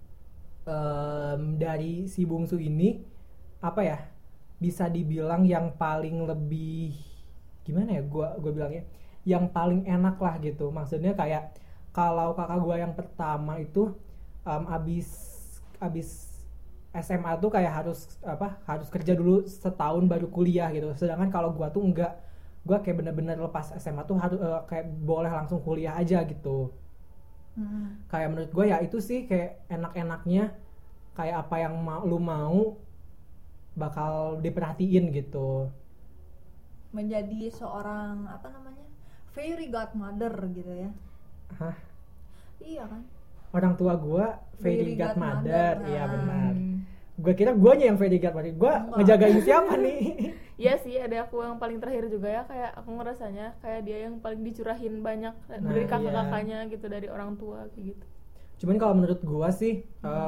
dari si bungsu ini apa ya, bisa dibilang yang paling lebih gimana ya gua bilangnya, yang paling enak lah gitu. Maksudnya kayak kalau kakak gue yang pertama itu abis SMA tuh kayak harus kerja dulu setahun baru kuliah gitu. Sedangkan kalau gue tuh enggak, gue kayak bener-bener lepas SMA tuh harus kayak boleh langsung kuliah aja gitu. Kayak menurut gue ya itu sih kayak enak-enaknya, kayak apa yang lu mau bakal diperhatiin gitu. Menjadi seorang apa namanya, fairy godmother gitu ya. Hah? Iya kan? Orang tua gue fairy godmother. Iya benar. Gue kira guanya yang fairy godmother. Gue ngejagain siapa nih? Iya sih, ada aku yang paling terakhir juga ya, kayak aku ngerasanya kayak dia yang paling dicurahin banyak dari kakak-kakaknya gitu, dari orang tua kayak gitu. Cuman kalau menurut gue sih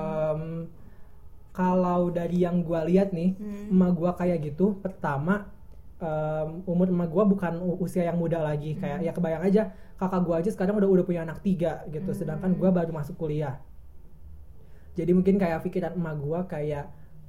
kalau dari yang gue lihat nih, emak gue kayak gitu. Pertama umur emak gue bukan usia yang muda lagi, kayak ya kebayang aja kakak gue aja sekarang udah punya anak 3 gitu, sedangkan gue baru masuk kuliah. Jadi mungkin kayak pikiran emak gue kayak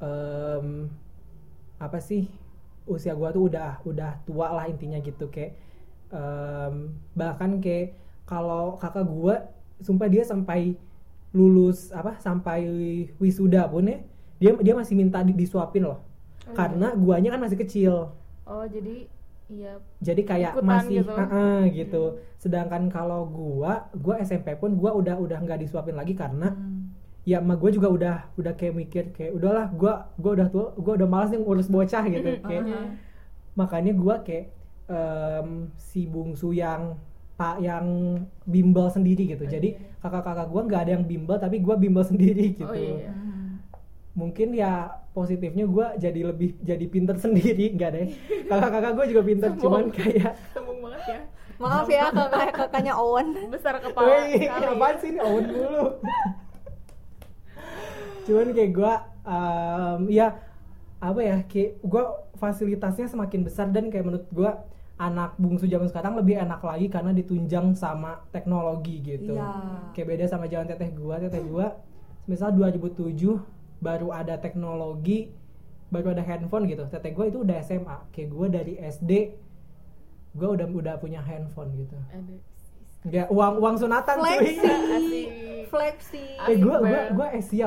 apa sih, usia gue tuh udah tua lah intinya gitu, kayak bahkan kayak kalau kakak gue sumpah dia sampai lulus sampai wisuda pun ya dia masih minta disuapin loh. Karena guanya kan masih kecil. Oh, jadi iya. Jadi kayak masih gitu. Gitu. Sedangkan kalau gua SMP pun gua udah nggak disuapin lagi karena ya emak gue juga udah kayak mikir kayak udahlah gua udah tua, gua udah malas nih ngurus bocah gitu. Kayak makanya gua kayak si bungsu yang bimbel sendiri gitu. Jadi kakak-kakak gua nggak ada yang bimbel tapi gua bimbel sendiri gitu. Mungkin ya positifnya gue jadi pinter sendiri, nggak deh, kakak-kakak gue juga pinter, cuman kayak sombong banget ya, maaf ya kakaknya Owen besar kepala sekali. Apaan sih ini Owen dulu. Cuman kayak gue ya apa ya, kayak gue fasilitasnya semakin besar dan kayak menurut gue anak bungsu zaman sekarang lebih enak lagi karena ditunjang sama teknologi gitu. Kayak beda sama zaman teteh gue misal 2007 baru ada teknologi, baru ada handphone gitu. Teteh gue itu udah SMA, kayak gue dari SD gue udah punya handphone gitu. Ya uang sunatan cuy. Flexi. Gue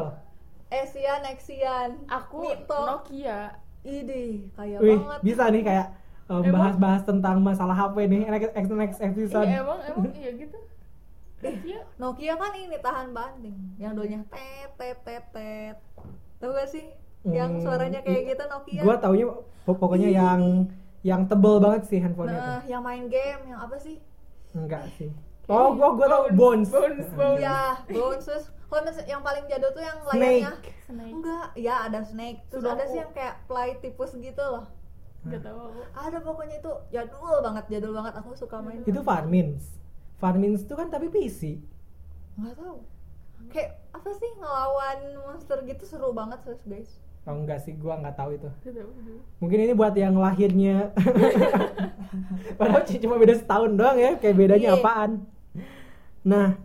Asian. Aku Mito. Nokia. Ide, kayak banget. Bisa nih kayak bahas tentang masalah HP nih next episode. Iya, emang iya gitu. Nokia kan ini tahan banting, yang dulunya tet. Tahu gak sih? Yang suaranya kayak gitu Nokia. Gua taunya pokoknya yang tebel banget sih handphonenya tuh. Yang main game, yang apa sih? Enggak sih. Oh, gua tau Bones. Iya, Bones. Terus kalau yang paling jadul tuh yang layarnya Snake. Enggak, ya ada Snake. Terus ada sih yang kayak play tipus gitu loh. Enggak tahu aku. Ada pokoknya itu jadul banget aku suka main. Itu Farmins tuh kan tapi PC. Enggak tahu. Kayak apa sih ngelawan monster gitu, seru banget guys. Oh enggak sih, gua nggak tahu itu. Mungkin ini buat yang lahirnya. Padahal cuma beda setahun doang ya, kayak bedanya apaan. Nah,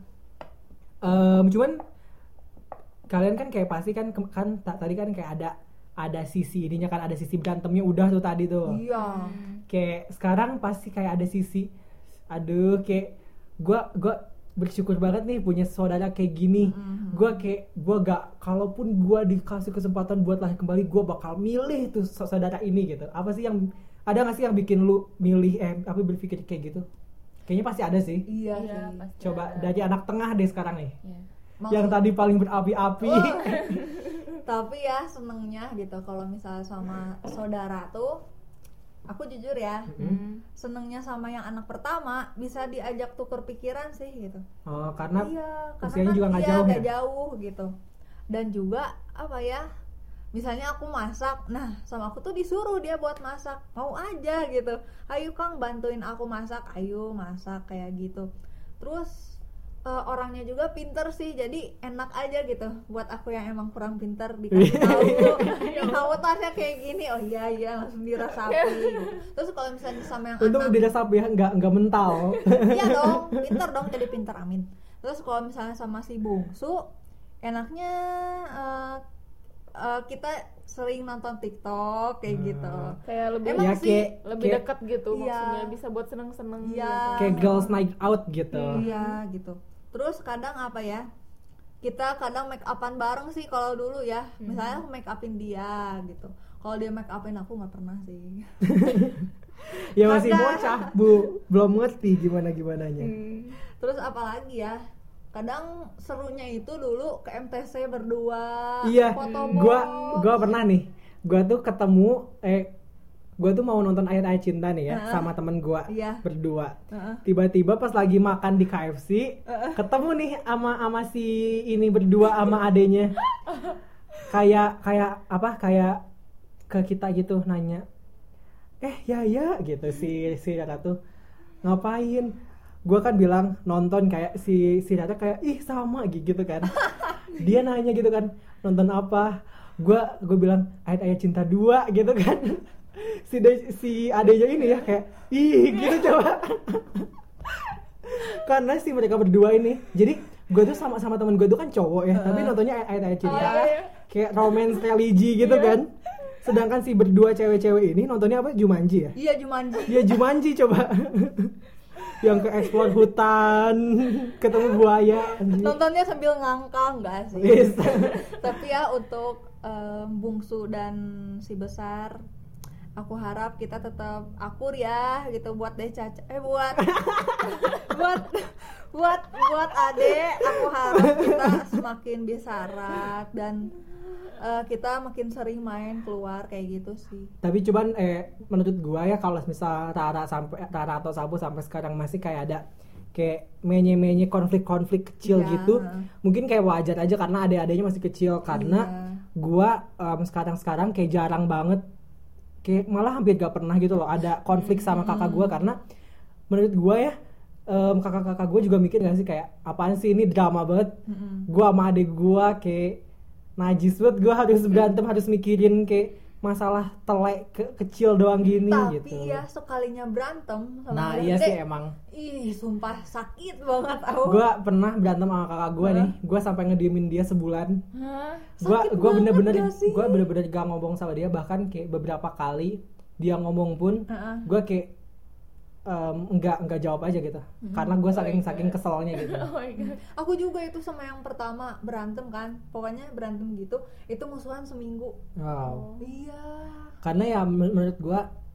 cuman kalian kan kayak pasti kan tadi kan kayak ada sisi ininya kan, ada sisi berantemnya udah tuh tadi tuh. Iya. Kayak sekarang pasti kayak ada sisi, aduh kayak gue bersyukur banget nih punya saudara kayak gini. Gue gak, kalaupun gue dikasih kesempatan buat lahir kembali, gue bakal milih tuh saudara ini gitu. Apa sih yang ada nggak sih yang bikin lu milih berpikir kayak gitu? Kayaknya pasti ada sih. Iya pasti. Coba dari anak tengah deh sekarang nih. Yang tadi paling berapi-api. Tapi ya senengnya gitu kalau misalnya sama saudara tuh, aku jujur ya, senengnya sama yang anak pertama bisa diajak tuker pikiran sih gitu. Oh, karena usianya kan juga nggak jauh gitu. Dan juga apa ya, misalnya aku masak, nah sama aku tuh disuruh dia buat masak, mau aja gitu. Ayo Kang bantuin aku masak, ayo masak kayak gitu. Terus orangnya juga pinter sih, jadi enak aja gitu buat aku yang emang kurang pinter dikasih tahu nih kamu tasnya kayak gini, oh iya langsung dirasapi gitu. Terus kalau misalnya sama yang untung dirasapi ya, nggak mental. Iya dong, pinter dong, jadi pinter, amin. Terus kalau misalnya sama si bungsu, enaknya kita sering nonton TikTok kayak gitu. Kayak lebih ya, lebih dekat gitu, maksudnya bisa buat seneng-seneng gitu. Kayak girls night out gitu. Iya gitu. Terus kadang apa ya, kita kadang make upan bareng sih kalau dulu ya. Misalnya aku make upin dia gitu, kalau dia make upin aku nggak pernah sih. Ya masih bocah bu, belum ngerti gimananya. Terus apalagi ya, kadang serunya itu dulu ke MTC berdua. Iya, foto gua pernah nih, gua tuh ketemu gue tuh mau nonton Ayat-Ayat Cinta nih ya, sama temen gue berdua. Tiba-tiba pas lagi makan di KFC, ketemu nih sama si ini berdua sama adenya. Kayak ke kita gitu nanya, ya gitu si Rara tuh ngapain? Gue kan bilang nonton, kayak si Rara kayak ih sama gitu kan. Dia nanya gitu kan, nonton apa? Gue bilang Ayat-Ayat Cinta 2 gitu kan. Si adenya ini ya kayak ih gitu coba. Karena si mereka berdua ini, jadi gue tuh sama temen gue tuh kan cowok ya, tapi nontonnya ayat-ayat cinta, kayak romance religi gitu kan. Sedangkan si berdua cewek-cewek ini nontonnya apa? Jumanji ya? Iya Jumanji. Iya Jumanji coba. Yang ke explore hutan, ketemu buaya. Nontonnya sambil ngangkang enggak sih? Yes. Tapi ya untuk bungsu dan si besar, aku harap kita tetap akur ya gitu buat Caca. buat Ade, aku harap kita semakin besarat dan kita makin sering main keluar kayak gitu sih. Tapi cuman menurut gua ya kalau misal Rara atau Sabu sampai sekarang masih kayak ada kayak menye konflik kecil gitu, mungkin kayak wajar aja karena adik-adiknya masih kecil. Karena gua sekarang kayak jarang banget, kayak malah hampir gak pernah gitu loh ada konflik sama kakak gua. Karena menurut gua ya kakak-kakak gua juga mikir gak sih kayak apaan sih ini drama banget. Gua sama adik gua kayak najis banget, gue harus berantem, harus mikirin kayak masalah telek kecil doang gini. Tapi gitu. ya sekalinya berantem sama nah iya sih emang. Ih sumpah sakit banget aku. Gue pernah berantem sama kakak gue nih, gue sampai ngediemin dia sebulan. Gue bener-bener gak ngomong sama dia, bahkan kayak beberapa kali dia ngomong pun gue kayak enggak jawab aja gitu. Karena gue saking keselnya gitu. Oh my God. Aku juga itu sama yang pertama berantem kan, pokoknya berantem gitu, itu musuhan seminggu. Wow. Iya. Karena ya menurut gue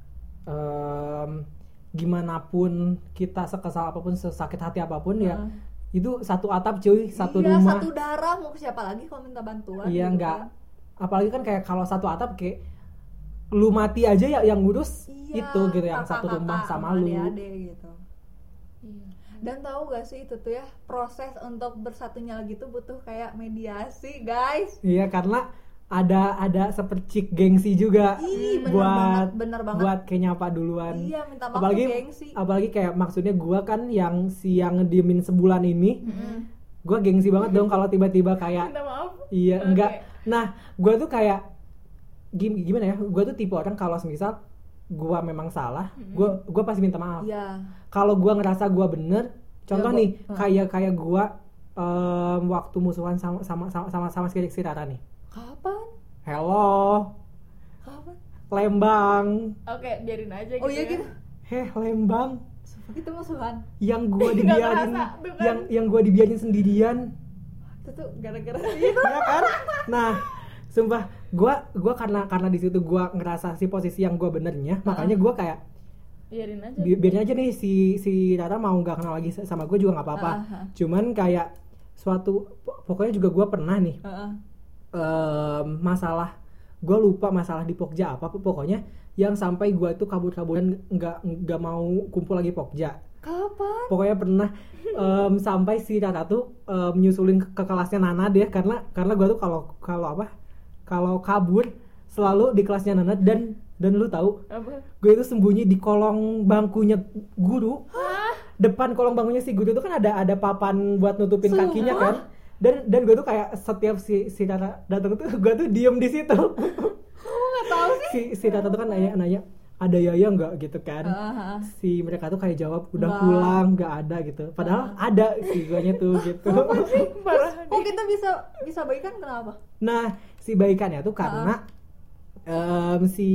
gimana pun kita sekesal apapun, sesakit hati apapun ya itu satu atap cuy, satu rumah. Satu darah, mau ke siapa lagi kalau minta bantuan. Iya gitu enggak. Kan. Apalagi kan kayak kalau satu atap kayak lu mati aja ya yang ngurus itu gitu, yang satu rumah sama lu. Gitu. Iya. Dan tahu gak sih itu tuh ya, proses untuk bersatunya lagi tuh butuh kayak mediasi, guys. Iya, karena ada sepercik gengsi juga. Bener banget. Buat kayak nyapa duluan. Iya, minta maaf gengsi. Apalagi kayak maksudnya gua kan yang diemin sebulan ini. Gua gengsi banget dong kalau tiba-tiba kayak minta maaf. Iya, enggak. Nah, gua tuh kayak gimana ya? Gua tuh tipe orang kalau misal gua memang salah, gua pasti minta maaf. Iya. Kalau gua ngerasa gua bener, contoh nih kayak gua waktu musuhan sama si Rara nih. Kapan? Hello. Kapan? Lembang. Oke, biarin aja gitu. Oh iya gitu. Lembang. Itu musuhan. Yang gua dibiarin yang gua dibiarin sendirian. Itu tuh gara-gara itu. Iya kan? Nah, sumpah gua karena di situ gua ngerasa si posisi yang gua benernya, makanya gua kayak biarin aja nih si Rara mau nggak kenal lagi sama gue juga nggak apa-apa. Cuman kayak pokoknya juga gua pernah nih masalah, gue lupa masalah di Pokja apa, pokoknya yang sampai gue tuh kabur-kaburan nggak mau kumpul lagi Pokja. Kapan? Pokoknya pernah sampai si Rara tuh menyusulin ke kelasnya Nana deh, karena gue tuh kalau kabur selalu di kelasnya Nana. Dan lu tahu gue itu sembunyi di kolong bangkunya guru. Depan kolong bangkunya si guru itu kan ada papan buat nutupin kakinya kan. Dan gue tuh kayak setiap si Rara datang tuh gue tuh diem di situ. Nggak tahu sih. Si Rara tuh kan nanya ada Yaya nggak gitu kan. Si mereka tuh kayak jawab udah pulang, nggak ada gitu. Padahal ada si guanya tuh gitu. Apa sih? Kok kita bisa baikan kenapa? Nah, si baikannya tuh karena si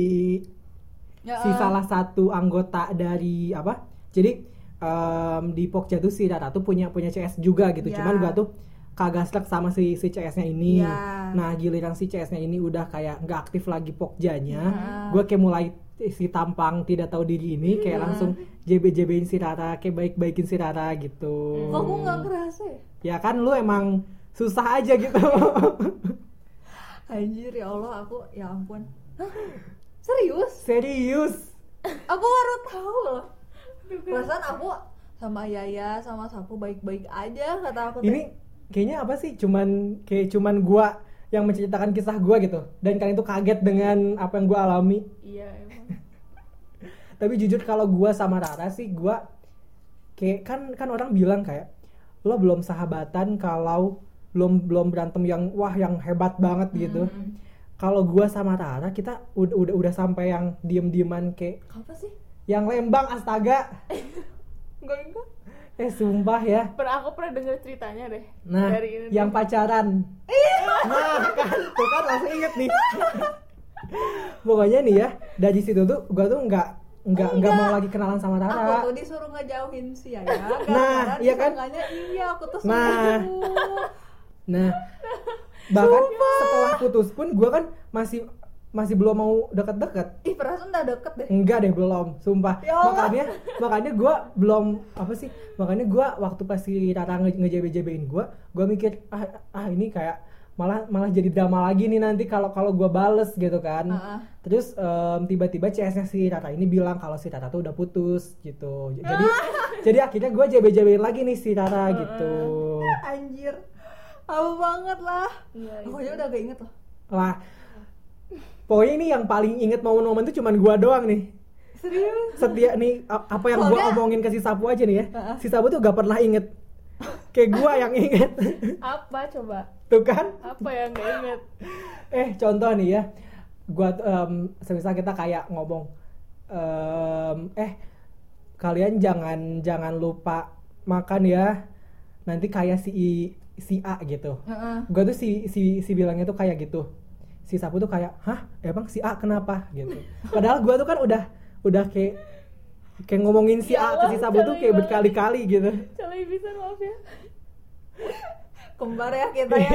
salah satu anggota dari apa? Jadi di Pokja tuh si Rara tuh punya CS juga gitu. Cuman gua tuh kagak slek sama si CS-nya ini. Nah, giliran si CS-nya ini udah kayak nggak aktif lagi Pokjanya. Gua kayak mulai si tampang tidak tahu diri ini kayak langsung JB-JB-in si Rara, kayak baik-baikin si Rara gitu. Kok aku nggak ngerasa ya? Ya kan lu emang susah aja gitu. Anjir ya Allah, aku ya ampun. Hah? Serius? Aku baru tahu loh. Perasaan aku sama Yaya sama Sapu baik-baik aja, kata aku. Ini kayaknya apa sih? Cuman gua yang menceritakan kisah gua gitu. Dan kalian tuh kaget dengan apa yang gua alami. Iya emang. Tapi jujur kalau gua sama Rara sih gua kayak kan orang bilang kayak lo belum sahabatan kalau belum berantem yang hebat banget gitu. Kalau gua sama Rara kita udah sampai yang diem-dieman kayak apa sih? Yang Lembang, astaga. Enggak. Sumpah ya. Aku pernah denger ceritanya deh. Nah, dari ini yang pacaran. Nah, tuh kan langsung inget nih. Pokoknya nih ya, dari situ tuh gue tuh nggak mau lagi kenalan sama Rara. Aku tuh disuruh ngejauhin si Yaya. Nah, iya kan? Iya, aku tuh Nah, bahkan setelah putus pun gue kan masih belum mau deket-deket. Ih, perasaan udah deket deh. Enggak deh, belum, sumpah. Makanya gue belum makanya gue waktu pas si Rara ngejebe-jebein gue mikir ini kayak malah jadi drama lagi nih nanti kalau gue bales gitu kan. Terus tiba-tiba CS-nya si Rara ini bilang kalau si Rara tuh udah putus gitu. Jadi akhirnya gue jebe-jebein lagi nih si Rara gitu. Anjir, tahu banget lah. Iya, Pokoknya udah gak inget loh. Lah, pokoknya ini yang paling inget momen-momen itu cuman gue doang nih. Serius? Setia nih apa yang gue omongin ke si Sapu aja nih ya. Si Sapu tuh gak pernah inget. Kayak gue yang inget. Apa coba? Tuh kan? Apa yang gak inget? Contoh nih ya. Gue semisal kita kayak ngomong kalian jangan lupa makan ya. Nanti kayak si A gitu. Gue tuh si bilangnya tuh kayak gitu. Si Sapu tuh kayak, hah? Emang si A kenapa? Gitu. Padahal gue tuh kan udah kayak ngomongin si A ke si Sapu tuh kayak berkali-kali gitu. Calai bisa, maaf ya. Kembar ya kita ya.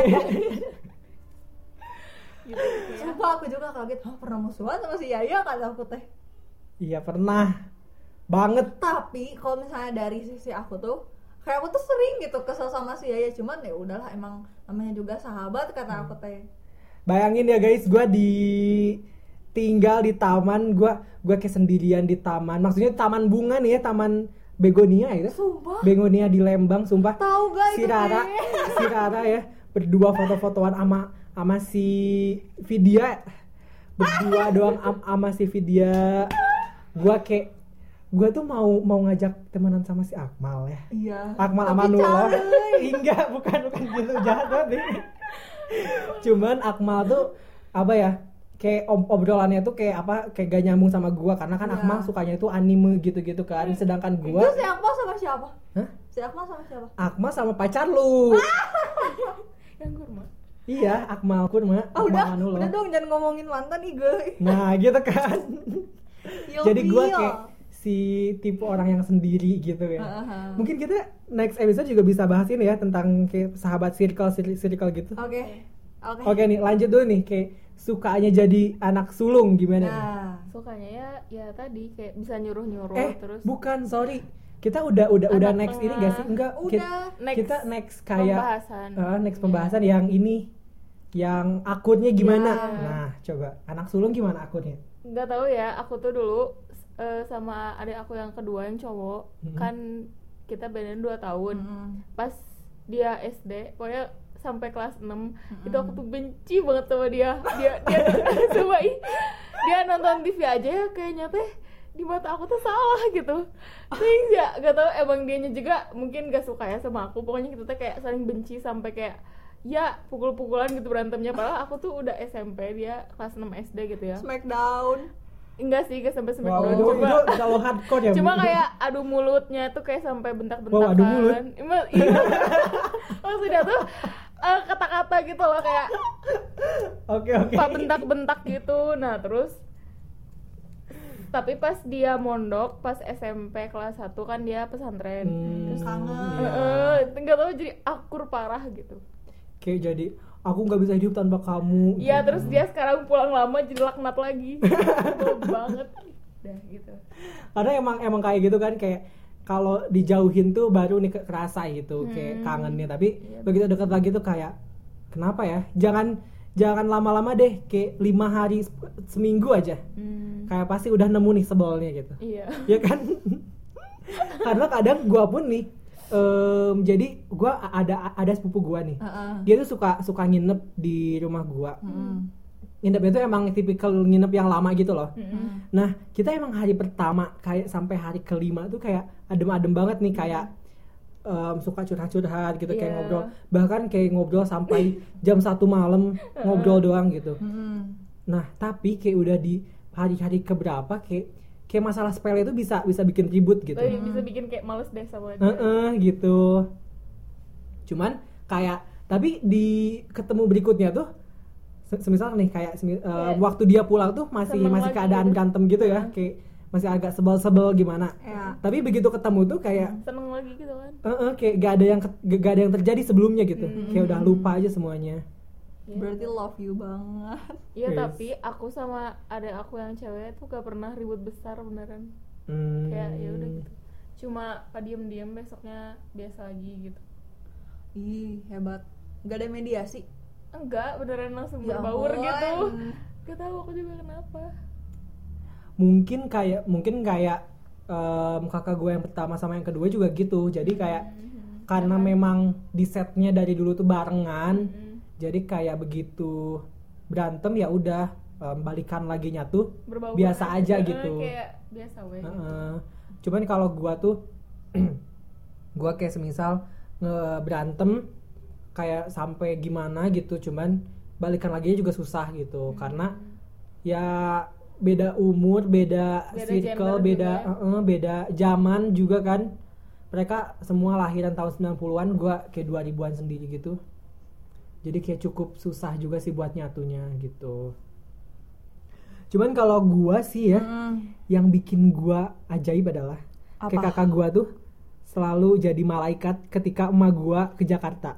Gitu. Sumpah aku juga kaget. Pernah musuhan sama si Yaya kata aku teh. Iya pernah banget. Tapi kalau misalnya dari sisi aku tuh, kayak aku tuh sering gitu kesel sama si Yaya, cuman ya udahlah, emang namanya juga sahabat kata aku teh. Bayangin ya guys, gue tinggal di taman, gue kayak sendirian di taman. Maksudnya taman bunga nih ya, taman begonia itu. Sumpah. Begonia di Lembang, sumpah. Tahu gak si itu Rara ya berdua foto-fotoan sama si Vidya. Berdua doang sama si Vidya. Gue tuh mau ngajak temenan sama si Akmal ya. Iya. Akmal Amanullah. Enggak, bukan gitu, jahat banget. Cuman Akmal tuh apa ya? Kayak obrolannya tuh kayak gak nyambung sama gua karena kan Akmal sukanya itu anime gitu-gitu kan. Sedangkan gua itu si Akmal sama siapa? Hah? Si Akmal sama siapa? Akmal sama pacar lu. Yang kurma. Iya, Akmal kurma. Udah dong, jangan ngomongin mantan nih gue. Nah, gitu kan. Jadi gua kayak si tipe orang yang sendiri gitu ya. Mungkin kita next episode juga bisa bahas ini ya tentang kayak sahabat circle gitu. Oke nih, lanjut dulu nih kayak sukanya jadi anak sulung gimana nih? Sukanya ya tadi kayak bisa nyuruh terus. Bukan, sorry. Kita udah next ini gak sih? Enggak. Kita next kayak pembahasan yang ini, yang akunnya gimana? Nah, coba anak sulung gimana akunnya? Nggak tahu ya, aku tuh dulu sama adik aku yang kedua yang cowok, kan kita bedain 2 tahun. Pas dia SD, pokoknya sampai kelas 6 itu aku tuh benci banget sama dia coba dia nonton TV aja ya kayaknya teh di mata aku tuh salah gitu. Terus ya gak tau, emang dianya juga mungkin gak suka ya sama aku. Pokoknya kita tuh kayak saling benci sampai kayak ya pukul-pukulan gitu berantemnya. Padahal aku tuh udah SMP, dia kelas 6 SD gitu ya. Smackdown. Enggak sih, gak sampai smackdown. Itu kalau hardcore ya. Cuma kayak adu mulutnya tuh kayak sampai bentak-bentakan. Adu mulut. Iya. Maksudnya tuh kata-kata gitu loh kayak Oke. bentak-bentak gitu. Nah terus tapi pas dia mondok, pas SMP kelas 1 kan dia pesantren. Terus kangen. Nggak tahu jadi akur parah gitu. Kayak jadi aku nggak bisa hidup tanpa kamu. Iya, terus dia sekarang pulang lama jadi laknat lagi. Sebel banget. Dah gitu. Karena emang kayak gitu kan, kayak kalau dijauhin tuh baru nih kerasa gitu, kayak kangennya. Tapi begitu dekat lagi tuh kayak kenapa ya? Jangan lama-lama deh, kayak 5 hari seminggu aja. Kayak pasti udah nemu nih sebelnya gitu. Iya. Ya kan? Karena kadang gua pun nih jadi gua ada sepupu gua nih. Dia tuh suka nginep di rumah gua. Nginepnya tuh emang tipikal nginep yang lama gitu loh. Nah, kita emang hari pertama kayak sampai hari kelima tuh kayak adem-adem banget nih, kayak suka curhat-curhat gitu, kayak ngobrol. Bahkan kayak ngobrol sampai jam 1 malam ngobrol doang gitu. Nah, tapi kayak udah di hari-hari keberapa kayak kayak masalah sepele itu bisa bikin ribut gitu. Bisa bikin kayak males deh sama dia. Gitu. Cuman kayak tapi di ketemu berikutnya tuh semisal nih kayak waktu dia pulang tuh masih keadaan berantem gitu ya, kayak masih agak sebel-sebel gimana. Tapi begitu ketemu tuh kayak seneng lagi gitu kan. Kayak gak ada yang terjadi sebelumnya gitu. Kayak udah lupa aja semuanya. Berarti love you banget. Iya, tapi aku sama adek aku yang cewek tuh gak pernah ribut besar beneran. Kayak ya udah gitu. Cuma diem-diem besoknya biasa lagi gitu. Ih, hebat. Gak ada mediasi? Enggak, beneran langsung berbaur gitu. Gak tahu aku juga kenapa. Mungkin kayak kakak gue yang pertama sama yang kedua juga gitu. Jadi kayak karena memang di setnya dari dulu tuh barengan, jadi kayak begitu berantem ya udah balikan laginya tuh berbaur biasa aja gitu. Kayak biasa gitu. Cuman kalau gue tuh gue kayak semisal berantem kayak sampai gimana gitu, cuman balikan laginya juga susah gitu. Karena ya beda umur, beda circle, beda zaman juga kan. Mereka semua lahiran tahun 90-an, gua kayak 2000-an sendiri gitu. Jadi kayak cukup susah juga sih buat nyatunya gitu. Cuman kalau gua sih ya, yang bikin gua ajaib adalah kayak kakak gua tuh selalu jadi malaikat ketika emak gua ke Jakarta.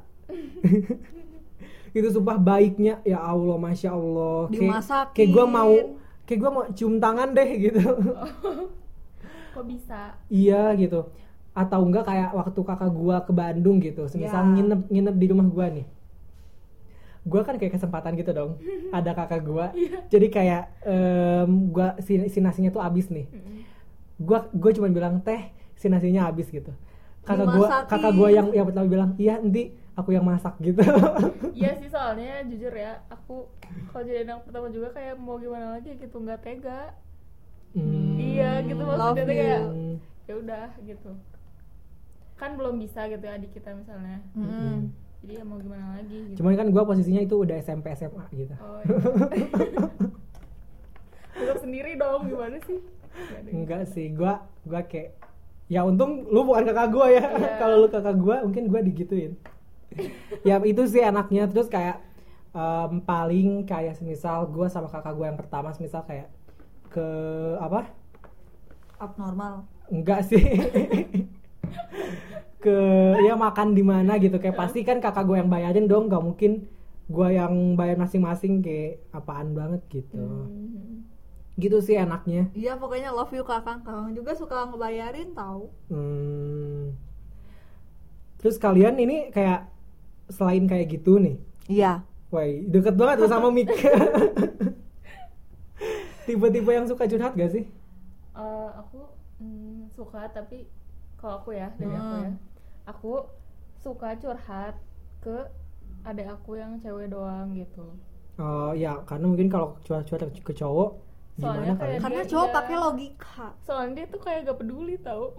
Itu sumpah baiknya, ya Allah, Masya Allah. Kayak gue mau cium tangan deh gitu. Kok bisa? Iya gitu. Atau enggak kayak waktu kakak gue ke Bandung gitu, semisal nginep di rumah gue nih, gue kan kayak kesempatan gitu dong. Ada kakak gue, jadi kayak gue si nasinya tuh habis nih. Gue cuma bilang, teh si nasinya habis gitu. Kakak gue yang pertama bilang, iya nanti aku yang masak gitu. Iya sih, soalnya jujur ya, aku kalau jadi anak pertama juga kayak mau gimana lagi gitu, nggak tega. Iya gitu, maksudnya kayak ya udah gitu. Kan belum bisa gitu ya adik kita misalnya. Jadi ya mau gimana lagi gitu. Cuman kan gue posisinya itu udah SMP SMA gitu. Oh iya. Tetap sendiri dong, gimana sih? Enggak sih, gue kayak ya untung lu bukan kakak gue ya. Kalau lu kakak gue mungkin gue digituin. Ya itu sih enaknya. Terus kayak paling kayak semisal gue sama kakak gue yang pertama semisal kayak ke apa? Abnormal. Enggak sih. Ke ya makan di mana gitu, kayak pasti kan kakak gue yang bayarin dong, gak mungkin gue yang bayar masing-masing, kayak apaan banget gitu. Gitu sih enaknya. Iya pokoknya love you kakang juga suka ngebayarin tahu. Terus kalian ini kayak selain kayak gitu nih, iya, woi deket banget tuh sama Mik. Tipe-tipe yang suka curhat gak sih? Aku suka, tapi kalau aku ya dari aku ya, aku suka curhat ke adik aku yang cewek doang gitu. Oh ya, karena mungkin kalau curhat ke cowok gimana kali? Karena cowok pakai logika. Soalnya dia tuh kayak gak peduli tau.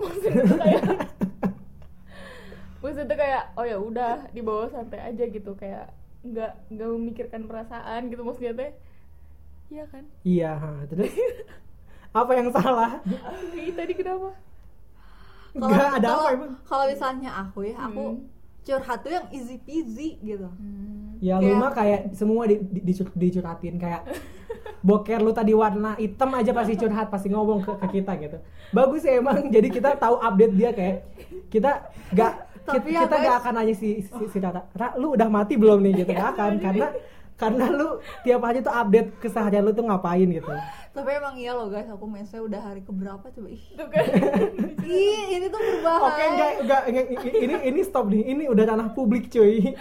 Maksudnya tuh kayak oh ya udah dibawa santai aja gitu, kayak nggak memikirkan perasaan gitu maksudnya teh. Iya kan? Iya, terus apa yang salah? Tadi kenapa? Enggak ada apa emang? Kalau misalnya aku curhat tuh yang easy peasy gitu. Ya lu mah kayak semua dicurhatin, kayak boker lu tadi warna hitam aja pasti curhat, pasti ngomong ke kita gitu. Bagus ya emang, jadi kita tahu update dia, kayak kita gak akan nanya si Ra, lu udah mati belum nih gitu, gak akan, karena lu tiap hari tuh update keseharian lu tuh ngapain gitu. Tapi emang iya loh guys, aku mensnya udah hari keberapa coba. Ini tuh berbahaya. Oke, enggak ini stop nih. Ini udah ranah publik cuy.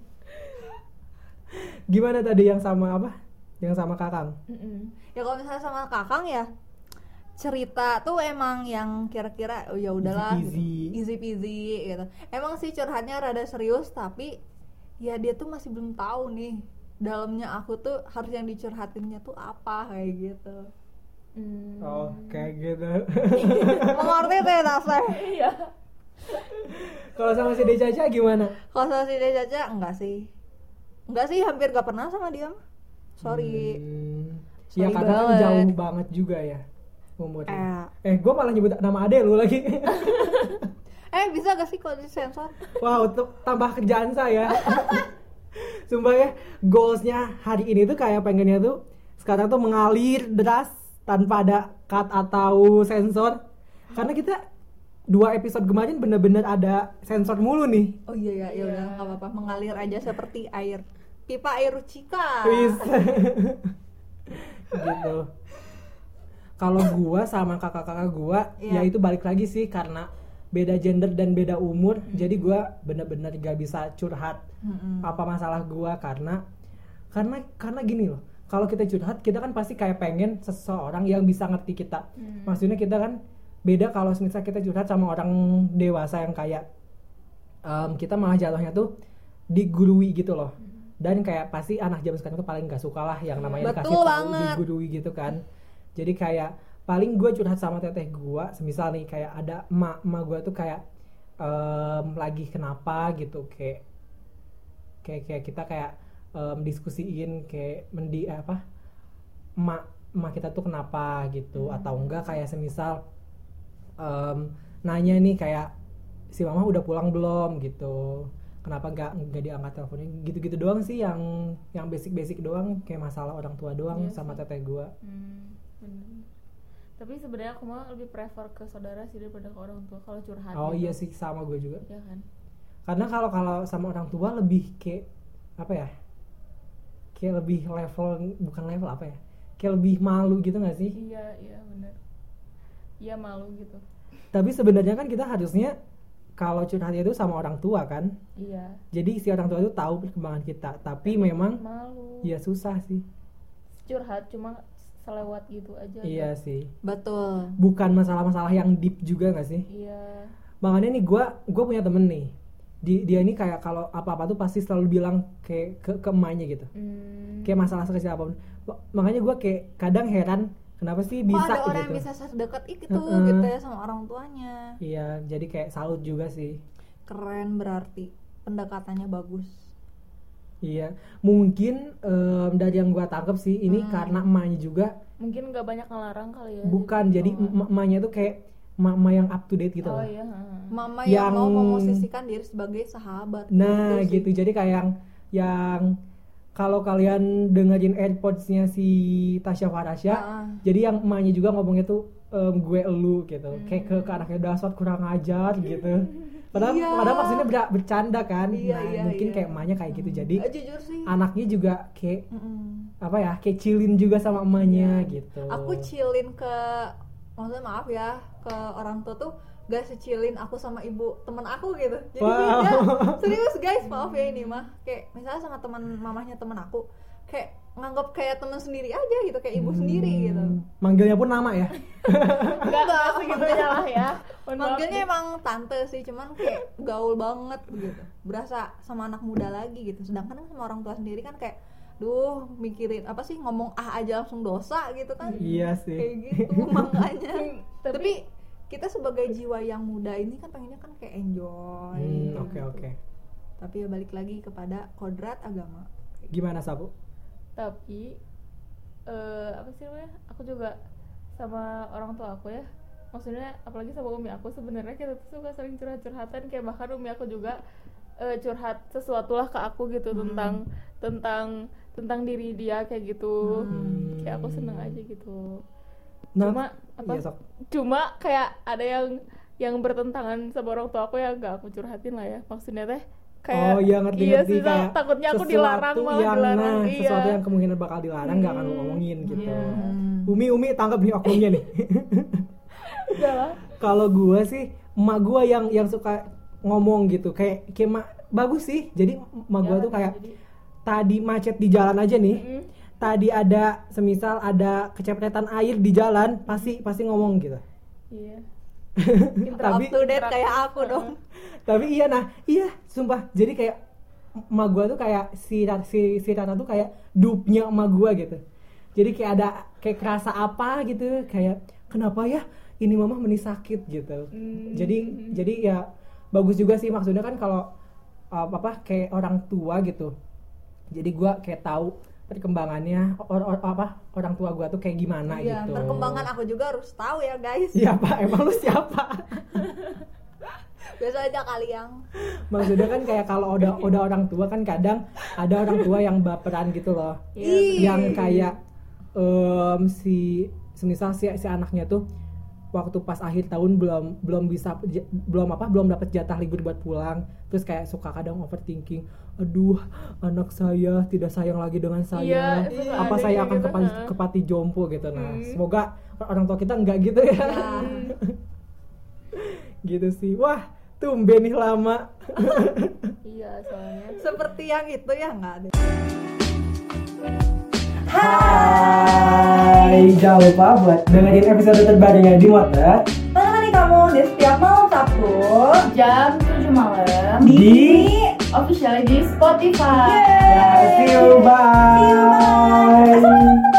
Gimana tadi yang sama apa? Yang sama Kakang? Ya kalau misalnya sama Kakang ya cerita tuh emang yang kira-kira oh ya udahlah easy peasy gitu. Emang sih curhatnya rada serius, tapi ya dia tuh masih belum tahu nih dalamnya aku tuh harus yang dicurhatinnya tuh apa kayak gitu. Oh kayak gitu. Mengerti tuh ya Tasya? Iya. Kalau sama si Decaca gimana? Kalau sama si Decaca enggak sih, hampir gak pernah sama dia. Sorry ya karena kan jauh banget juga ya. umurnya. Gue malah nyebut nama ade lu lagi. Bisa gak sih kalau disensor? Wow, tambah kerjaan saya. Sumpah ya, goalsnya hari ini tuh kayak pengennya tuh sekarang tuh mengalir deras tanpa ada cut atau sensor. Karena kita 2 episode kemarin bener-bener ada sensor mulu nih. Oh iya ya udah nggak apa-apa, mengalir aja seperti air pipa air Rucika. Gitu. Kalau gua sama kakak-kakak gua, ya itu balik lagi sih karena beda gender dan beda umur, jadi gua bener-bener gak bisa curhat apa masalah gua karena gini loh. Kalau kita curhat, kita kan pasti kayak pengen seseorang yang bisa ngerti kita. Maksudnya kita kan beda kalau misalnya kita curhat sama orang dewasa yang kayak kita malah jatuhnya tuh digurui gitu loh. Dan kayak pasti anak zaman sekarang tuh paling gak suka lah yang namanya dikasih tahu digurui gitu kan. Jadi kayak paling gue curhat sama teteh gue, semisal nih kayak ada emak gue tuh kayak lagi kenapa gitu, kayak kita kayak diskusiin kayak emak kita tuh kenapa gitu, atau enggak kayak semisal nanya nih kayak si mama udah pulang belum gitu, kenapa nggak diangkat teleponnya, gitu-gitu doang sih yang basic doang, kayak masalah orang tua doang sama teteh gue. Tapi sebenarnya aku mah lebih prefer ke saudara sih daripada ke orang tua kalau curhat. Oh gitu. Iya sih, sama gue juga. Ya kan. Karena kalau sama orang tua lebih kayak apa ya? Kayak lebih bukan level apa ya? Kayak lebih malu gitu nggak sih? Iya benar. Iya malu gitu. Tapi sebenarnya kan kita harusnya kalau curhat itu sama orang tua kan? Iya. Jadi si orang tua itu tahu perkembangan kita, tapi memang malu. Ya susah sih. Curhat cuma selewat gitu aja. Iya kan? Sih. Betul. Bukan masalah-masalah yang deep juga nggak sih? Iya. Makanya nih gue punya temen nih. Dia ini kayak kalau apa-apa tuh pasti selalu bilang kayak ke emaknya gitu. Kayak masalah sekecil apapun. Makanya gue kayak kadang heran kenapa sih bisa ada orang gitu. Yang bisa sedekat itu gitu ya sama orang tuanya. Iya, jadi kayak salut juga sih. Keren, berarti pendekatannya bagus. Iya, mungkin dari yang gue tangkep sih ini karena emaknya juga mungkin nggak banyak ngelarang kali ya. Bukan, jadi emaknya tuh kayak mama yang up to date gitu loh. Iya. Mama yang mau memosisikan diri sebagai sahabat. Nah gitu, jadi kayak yang kalau kalian dengerin AirPods-nya si Tasya Farasya, jadi yang emaknya juga ngomongnya tuh gue elu gitu, kayak ke anaknya dasar kurang ajar gitu. Padahal maksudnya bercanda kan. Mungkin kayak emaknya kayak gitu, jadi anaknya juga kayak apa ya, kayak chillin juga sama emaknya gitu. Aku chillin maksudnya maaf ya, ke orang tua tuh gak secilin aku sama ibu temen aku gitu. Jadi beda. Serius guys, maaf ya ini mah. Kayak misalnya sama mamahnya temen aku, kayak nganggap kayak teman sendiri aja gitu, kayak ibu sendiri gitu. Manggilnya pun nama ya? Enggak segitunya lah ya. Manggilnya emang tante sih, cuman kayak gaul banget gitu. Berasa sama anak muda lagi gitu. Sedangkan sama orang tua sendiri kan kayak mikirin apa sih, ngomong aja langsung dosa gitu kan. Iya sih. Kayak gitu makanya. Tapi kita sebagai jiwa yang muda ini kan pengennya kan kayak enjoy. Oke. Tapi ya balik lagi kepada kodrat agama. Gimana Sabu? Tapi apa sih namanya? Aku juga sama orang tua aku ya. Maksudnya apalagi sama umi aku, sebenarnya kita tuh suka sering curhat-curhatan, kayak bahkan umi aku juga curhat sesuatu lah ke aku gitu tentang diri dia kayak gitu. Kayak aku seneng aja gitu. Cuma kayak ada yang bertentangan sama orang tua aku yang gak aku curhatin lah ya. Maksudnya teh kayak ngerti sih, kayak takutnya aku dilarang dilarang. Sesuatu yang kemungkinan bakal dilarang gak akan lu ngomongin gitu. Umi tangkap nih akunya nih. Kalau gue sih emak gue yang suka ngomong gitu, kayak bagus sih. Jadi emak gue tuh kayak tadi macet di jalan aja nih, tadi ada semisal ada kecepretan air di jalan, pasti ngomong gitu. Iya. Tapi up to date kayak aku dong. Tapi iya sumpah. Jadi kayak emak gue tuh kayak si Rata tuh kayak dupnya emak gue gitu. Jadi kayak ada kayak kerasa apa gitu, kayak kenapa ya ini mama meni sakit gitu. Jadi ya bagus juga sih, maksudnya kan kalau kayak orang tua gitu. Jadi gue kayak tahu perkembangannya orang tua gue tuh kayak gimana gitu. Perkembangan aku juga harus tahu ya guys. Iya Pak, emang lu siapa? Biasa aja kali yang. Maksudnya kan kayak kalau udah orang tua kan kadang ada orang tua yang baperan gitu loh. Yang kayak semisal si anaknya tuh waktu pas akhir tahun belum dapat jatah libur buat pulang, terus kayak suka kadang overthinking, aduh anak saya tidak sayang lagi dengan saya, apa saya akan kepati jompo gitu. Nah semoga orang tua kita enggak gitu ya. Gitu sih. Wah tumben nih lama. Iya soalnya seperti yang itu ya nggak ada. Hai, jangan lupa buat dengerin episode terbarunya di Motor. Menemani kamu di setiap malam Sabtu jam 7 malam di official di Spotify. See you, bye.